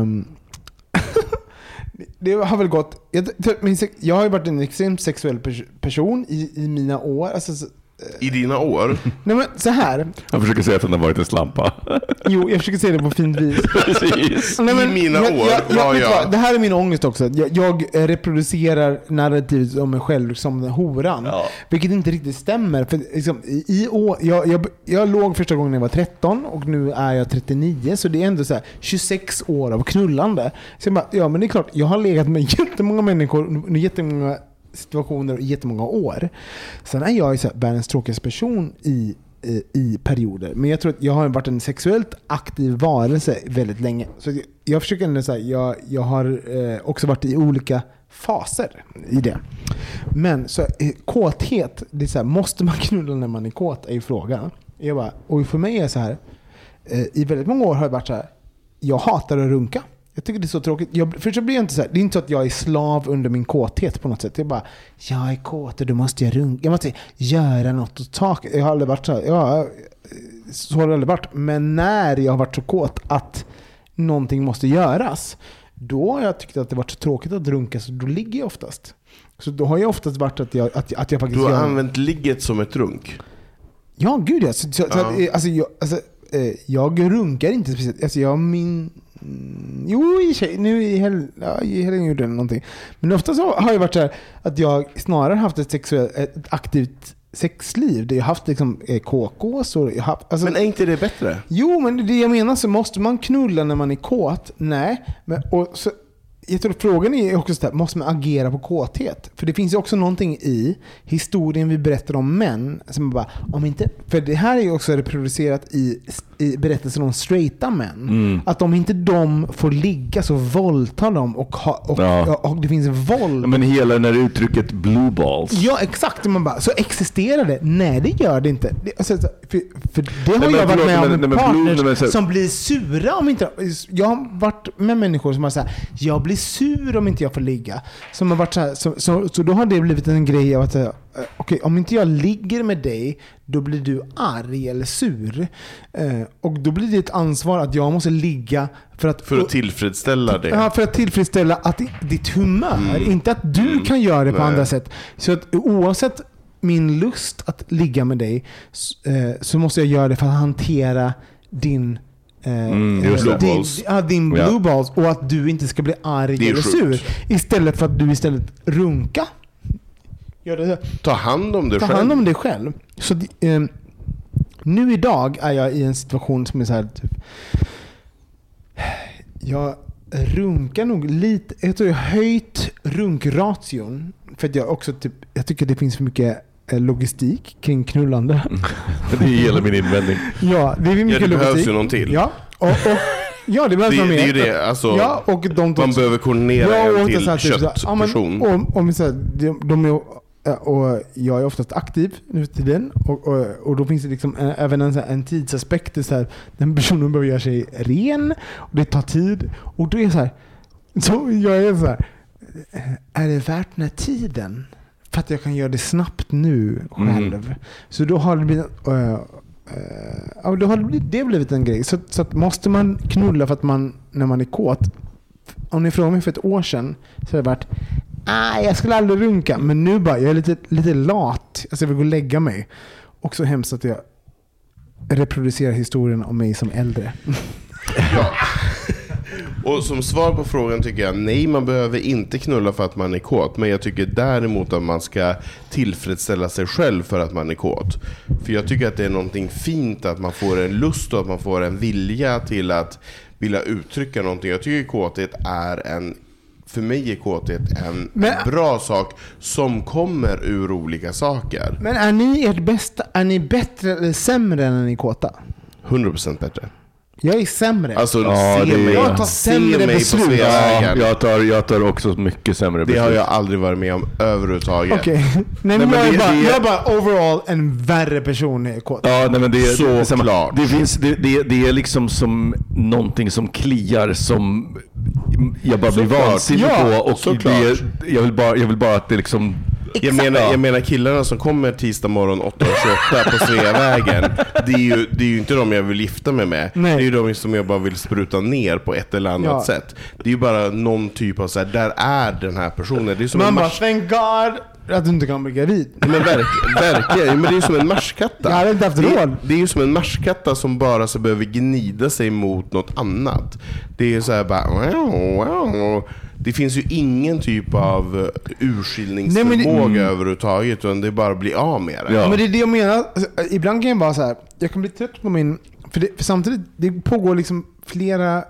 det har väl gått, jag har ju varit en extremt sexuell person i mina år, alltså, i dina år? Nej, men så här. Jag försöker säga att den har varit en slampa. Jo, jag försöker säga det på fint vis. Precis. Nej, men, i mina år var jag... Det här är min ångest också. Jag reproducerar narrativet om mig själv som den horan. Ja. Vilket inte riktigt stämmer. För liksom, i år, jag låg första gången när jag var 13 och nu är jag 39. Så det är ändå så här 26 år av knullande. Så jag bara, ja, men det är klart, jag har legat med jättemånga människor, jättemånga situationer i jättemånga år. Sen är jag så här världens tråkigaste person i perioder. Men jag tror att jag har varit en sexuellt aktiv varelse väldigt länge. Så jag försöker ändå säga, jag har också varit i olika faser i det. Men så kåthet, det är så här, måste man knulla när man är kåt är ju frågan. Jag bara, och för mig är så här, i väldigt många år har det varit så här, jag hatar att runka. Jag tycker det är så tråkigt. För så blir jag inte så här, det är inte så att jag är slav under min kåthet på något sätt. Jag bara, jag är kåt och då måste jag runka. Jag måste göra något åt taket. Jag har aldrig varit så här, så har det aldrig varit. Men när jag har varit så kåt att någonting måste göras, då har jag tyckt att det varit så tråkigt att runka, så då ligger jag oftast. Så då har jag oftast varit att jag faktiskt... Du har använt ligget som ett runk? Ja, gud ja. Jag runkar inte speciellt. Alltså jag nu i helgen gjorde jag någonting. Men ofta så har jag varit så här att jag snarare haft ett aktivt sexliv. Det jag haft liksom KK så jag haft, alltså, men är inte det bättre? Jo, men det jag menar, så måste man knulla när man är kåt? Nej, men och så jag tror frågan är också så här, måste man agera på kåthet? För det finns ju också någonting i historien vi berättar om män som bara, om inte, för det här är ju också reproducerat i berättelsen om straighta män. Att om inte de får ligga så våldtar de och det finns våld. Men hela när uttrycket blue balls. Ja, exakt. Man bara, så existerar det? Nej, det gör det inte. För det har jag varit med om en partner som blir sura om inte... Jag har varit med människor som har sagt, jag blir sur om inte jag får ligga. Som har varit så här, så då har det blivit en grej av att okej, om inte jag ligger med dig, då blir du arg eller sur. Och då blir det ett ansvar att jag måste ligga för att tillfredsställa det. Ja, för att tillfredsställa ditt humör. Inte att du kan göra det på andra sätt. Så att oavsett min lust att ligga med dig, så måste jag göra det för att hantera din din blue balls, och att du inte ska bli arg eller sur, istället för att du istället runka. Gör det. Ta hand om dig själv. Så nu idag är jag i en situation som är så här typ, jag runkar nog lite. Jag tror jag har höjt runkration för att jag också jag tycker det finns för mycket logistik kring knullande. Det är hela min invändning. Ja, det är mycket logistik. Det behövs ju någon till. Ja, ja, det behövs någon mer. Det är ju det, alltså, ja, och man behöver koordinera en till köttperson. Om så här, de är, och jag är oftast aktiv nu till den, och då finns det liksom även en tidsaspekt, så här, den personen behöver göra sig ren och det tar tid, och då är så här, så jag är så här, är det värt den här tiden för att jag kan göra det snabbt nu själv. Så då har det blivit det blivit en grej. Så att måste man knulla för att man, när man är kåt, om ni frågar mig för ett år sedan, så har det varit jag skulle aldrig runka, men nu bara, jag är lite lat, alltså jag vill gå och lägga mig. Och så hemskt att jag reproducerar historien om mig som äldre. Ja. Och som svar på frågan tycker jag, nej, man behöver inte knulla för att man är kåt. Men jag tycker däremot att man ska tillfredsställa sig själv för att man är kåt. För jag tycker att det är någonting fint att man får en lust och att man får en vilja till att vilja uttrycka någonting. Jag tycker kåthet är för mig är kåthet en bra sak som kommer ur olika saker. Men är ni bättre eller sämre än ni är kåta? 100% bättre. Jag är sämre. Alltså, jag tar sämre beslut. Jag tar också mycket sämre beslut. Det har jag aldrig varit med om överhuvudtaget. Okej. Nej, men jag är bara overall en värre person i kåt. Ja, nej, men det är så klart. Det är liksom som någonting som kliar, som jag bara blir vansinnig på, och jag vill bara att det liksom. Jag menar killarna som kommer tisdag morgon 8:28 på Sveavägen, det är ju inte de jag vill gifta mig med. Nej. Det är ju de som jag bara vill spruta ner på ett eller annat sätt. Det är ju bara någon typ av så här, där är den här personen. Det är som man bara, thank God att du inte kan bli gravid. Men verkligen, men det är ju som en marskatta. Jag hade inte haft råd. Det är ju som en marskatta som bara så behöver gnida sig mot något annat. Det är så här bara wow. Det finns ju ingen typ av urskiljningsförmåga överhuvudtaget, utan det är bara att bli av med det. Ja. Men det är det jag menar. Alltså, ibland kan jag bara så här, jag kan bli trött på min, för samtidigt det pågår liksom flera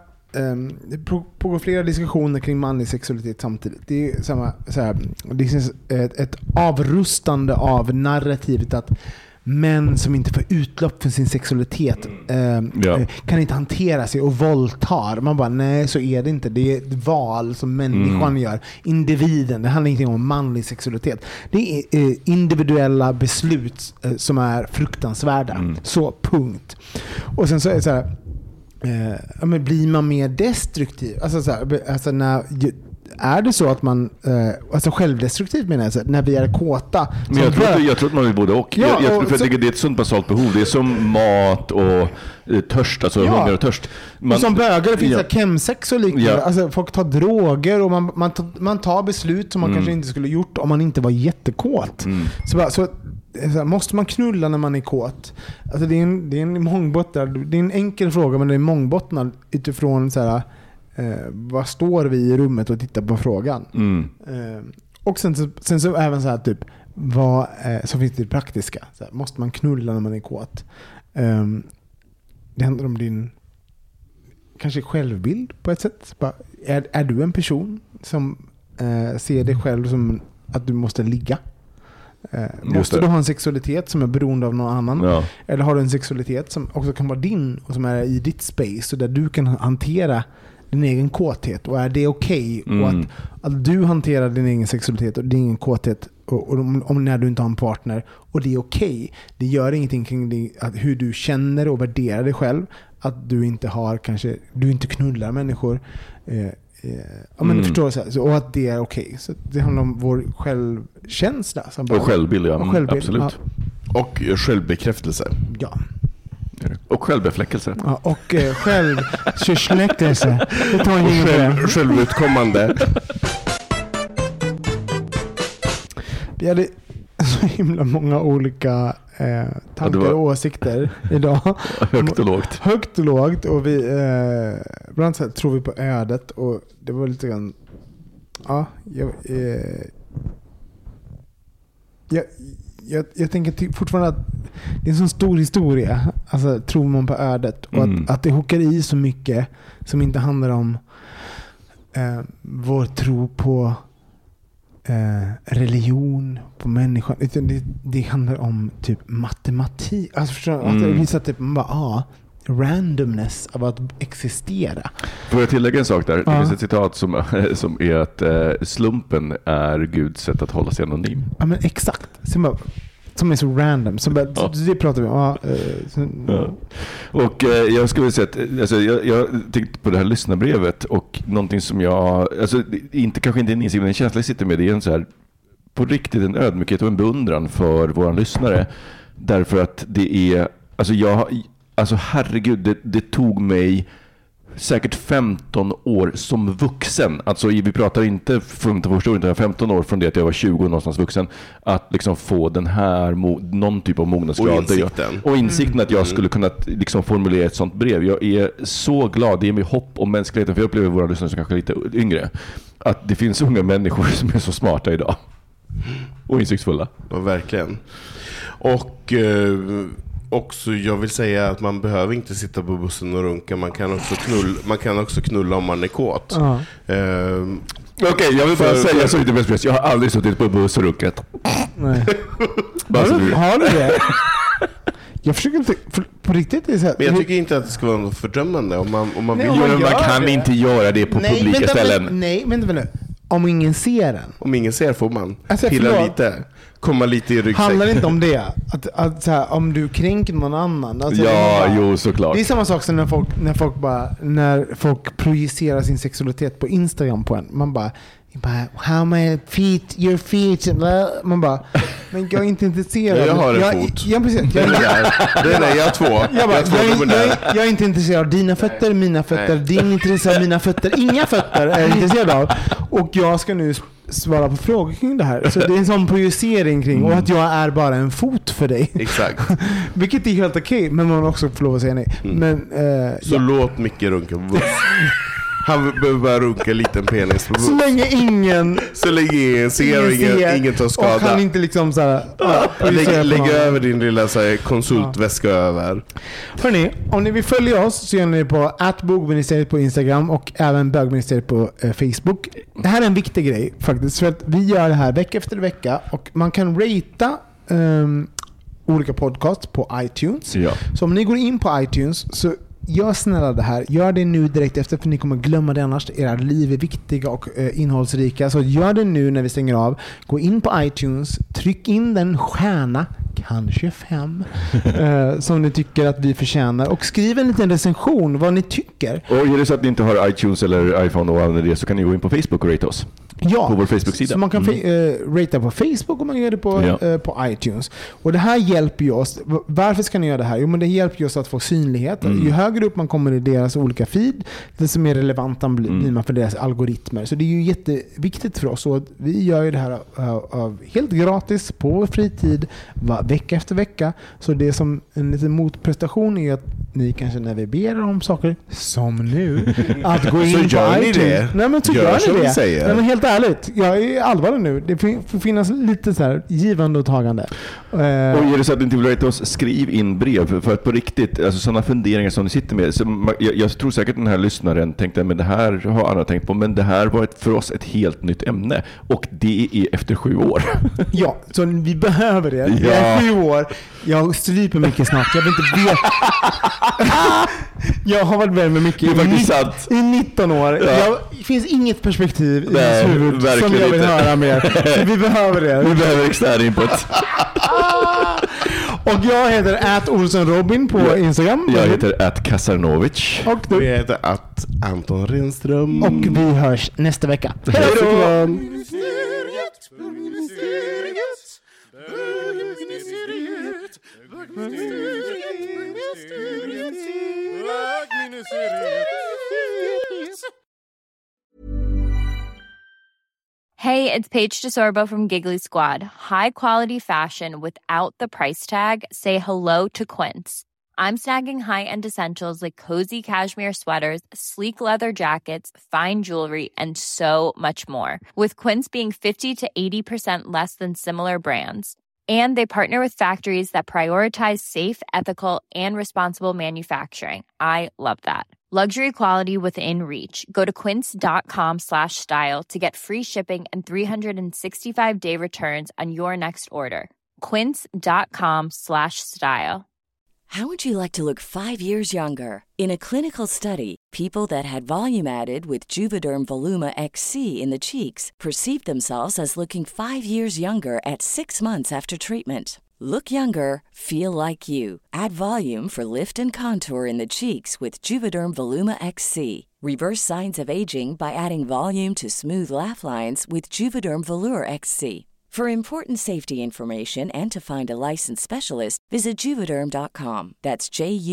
diskussioner kring manlig sexualitet samtidigt. Det är samma så här, det finns ett avrustande av narrativet att män som inte får utlopp för sin sexualitet kan inte hantera sig och våldtar. Man bara, nej, så är det inte. Det är ett val som människan gör. Individen, det handlar inte om manlig sexualitet. Det är individuella beslut som är fruktansvärda. Så, punkt. Och sen så är det så här, men blir man mer destruktiv? Alltså är det så att man alltså självdestruktivt, menar jag, när vi är kåta? Men jag tror att man vill både och. Det är ett sunt basalt behov. Det är som mat och törst, alltså hunger och törst. Och som bögar, det finns chemsex och liknande. Alltså, folk tar droger och man tar beslut som man kanske inte skulle gjort om man inte var jättekåt. Så måste man knulla när man är kåt? Alltså det är en mångbottnad. Det är en enkel fråga, men det är mångbottnad utifrån så här, vad står vi i rummet och tittar på frågan. Och sen så även så här typ, vad så finns det praktiska. Så här, måste man knulla när man är kåt? Det handlar om din kanske självbild på ett sätt. Bara, är du en person som ser dig själv som att du måste ligga? Måste du ha en sexualitet som är beroende av någon annan? Ja. Eller har du en sexualitet som också kan vara din och som är i ditt space och där du kan hantera din egen kåthet, och är det okej? Och att du hanterar din egen sexualitet och din egen kåthet och om när du inte har en partner, och det är okej. Det gör ingenting kring det, att hur du känner och värderar dig själv, att du inte har du inte knullar människor, men förstår så här, och att det är okej. Så det handlar om vår självkänsla och självbild, absolut. Ja. Och självbekräftelse. Ja. Och självbefläckelse. Ja, och självkörslekelse. Självutkommande. Vi hade så himla många olika tankar och åsikter idag. Högt och lågt. Högt och lågt. Och vi bland annat tror vi på ödet. Och det var lite grann... Ja, jag tänker fortfarande att det är en sån stor historia. Alltså, tror man på ödet. Och att det hockar i så mycket som inte handlar om vår tro på religion, på människan. Det handlar om typ matematik. Alltså, förstår, att det visar typ randomness av att existera. Får jag tillägga en sak där? Det finns ett citat som är att slumpen är Guds sätt att hålla sig anonym. Ja, men exakt. Som är så random. Det pratar vi om. Och jag skulle säga att jag tänkte på det här lyssnarbrevet, och någonting som jag kanske inte en insikt, men en känsla jag sitter med, det är en så här på riktigt en ödmjukhet och en beundran för våra lyssnare. Därför att det är, alltså herregud, det tog mig säkert 15 år som vuxen. Alltså vi pratar inte från första året, utan 15 år från det att jag var 20 någonstans vuxen, att liksom få den här någon typ av mognadsgrad och insikten att jag skulle kunna liksom formulera ett sånt brev. Jag är så glad, det ger mig hopp om mänskligheten, för jag upplever våra lyssnare som kanske lite yngre, att det finns unga människor som är så smarta idag och insiktsfulla. Ja, verkligen. Och också, jag vill säga att man behöver inte sitta på bussen och runka. Man kan också knulla om man är kåt. Okej, jag vill bara säga så lite bäst. Jag har aldrig suttit på buss och runkat. Nej. Har du det? Jag försöker inte på riktigt. Det är så här. Men jag tycker inte att det ska vara något fördömande om man vill. Man kan inte göra det på publika ställen. Nej, men nu. Om ingen ser den. Om ingen ser får man pilla lite. Komma lite i ryggsäck. Handlar det inte om det? Att så här, om du kränker någon annan. Alltså, jo, såklart. Det är samma sak som när folk projicerar sin sexualitet på Instagram på en. Man bara how my feet, your feet. Man bara, men jag är inte intresserad. Jag har en fot. Jag har två. Jag är inte intresserad av dina fötter, mina fötter. Nej. Din intresse av mina fötter. Inga fötter är jag intresserad av. Och jag ska nu svara på frågor kring det här. Så det är en sån projicering kring och att jag är bara en fot för dig. Exakt. Vilket är helt okej, men man också får lov att säga nej. Men, så låt Micke runka på buss. Han behöver bara runka en liten penis på buss. Så länge ingen ser och ingen tar skada. Och han inte liksom såhär lägg över din lilla såhär, konsultväska över. Hörrni, om ni vill följa oss så gör ni på @bogministeriet på Instagram och även bögministeriet på Facebook. Det här är en viktig grej faktiskt, för att vi gör det här vecka efter vecka och man kan ratea olika podcasts på iTunes. Ja. Så om ni går in på iTunes så gör snälla det här. Gör det nu direkt efter, för ni kommer glömma det annars. Era liv är viktiga och innehållsrika. Så gör det nu när vi stänger av. Gå in på iTunes, tryck in den stjärna, kanske 5, som ni tycker att vi förtjänar. Och skriv en liten recension vad ni tycker. Och är det så att ni inte har iTunes eller iPhone och allt det, så kan ni gå in på Facebook och rate oss. Ja, på vår Facebook-sida. Så man kan ratea på Facebook och man gör det på iTunes. Och det här hjälper ju oss. Varför ska ni göra det här? Jo, men det hjälper ju oss att få synlighet. Ju högre upp man kommer i deras olika feed, desto mer relevanta blir man för deras algoritmer. Så det är ju jätteviktigt för oss. Och vi gör ju det här av helt gratis på fritid vecka efter vecka. Så det som en liten motprestation är att ni kanske när vi ber om saker som nu att gå in så på iTunes. Det. Nej, men så gör ni det. Nej, men helt ärligt, jag är allvarlig nu. Det får finnas lite så här givande och tagande. Och är det så att ni inte vill rate oss, skriv in brev. För att på riktigt, alltså sådana funderingar som ni sitter med. Så jag tror säkert den här lyssnaren tänkte, men det här har andra tänkt på. Men det här var för oss ett helt nytt ämne. Och det är efter 7 år. Ja, så vi behöver det. Det är 7 år. Jag stryper mycket snart. Jag vill inte veta. Jag har varit med mycket i 19 år. Det finns inget perspektiv i hans huvud som jag vill höra mer. Vi behöver det. Vi behöver extern input. Och jag heter @OlsonRobin på Instagram. Jag heter @Kasarnovic. Och du heter @Anton Renström. Och vi hörs nästa vecka. Hej då! Hey, it's Paige DeSorbo from Giggly Squad. High quality fashion without the price tag. Say hello to Quince. I'm snagging high-end essentials like cozy cashmere sweaters, sleek leather jackets, fine jewelry, and so much more. With Quince being 50 to 80% less than similar brands. And they partner with factories that prioritize safe, ethical, and responsible manufacturing. I love that. Luxury quality within reach. Go to quince.com/style to get free shipping and 365-day returns on your next order. Quince.com/style. How would you like to look 5 years younger? In a clinical study, people that had volume added with Juvederm Voluma XC in the cheeks perceived themselves as looking 5 years younger at 6 months after treatment. Look younger, feel like you. Add volume for lift and contour in the cheeks with Juvederm Voluma XC. Reverse signs of aging by adding volume to smooth laugh lines with Juvederm Volure XC. For important safety information and to find a licensed specialist, visit Juvederm.com. That's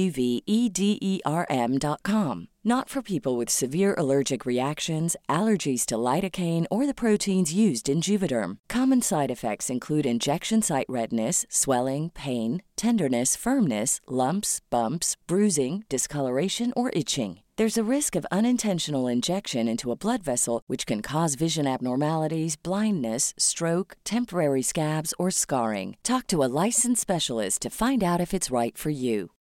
JUVEDERM.com. Not for people with severe allergic reactions, allergies to lidocaine, or the proteins used in Juvederm. Common side effects include injection site redness, swelling, pain, tenderness, firmness, lumps, bumps, bruising, discoloration, or itching. There's a risk of unintentional injection into a blood vessel, which can cause vision abnormalities, blindness, stroke, temporary scabs, or scarring. Talk to a licensed specialist to find out if it's right for you.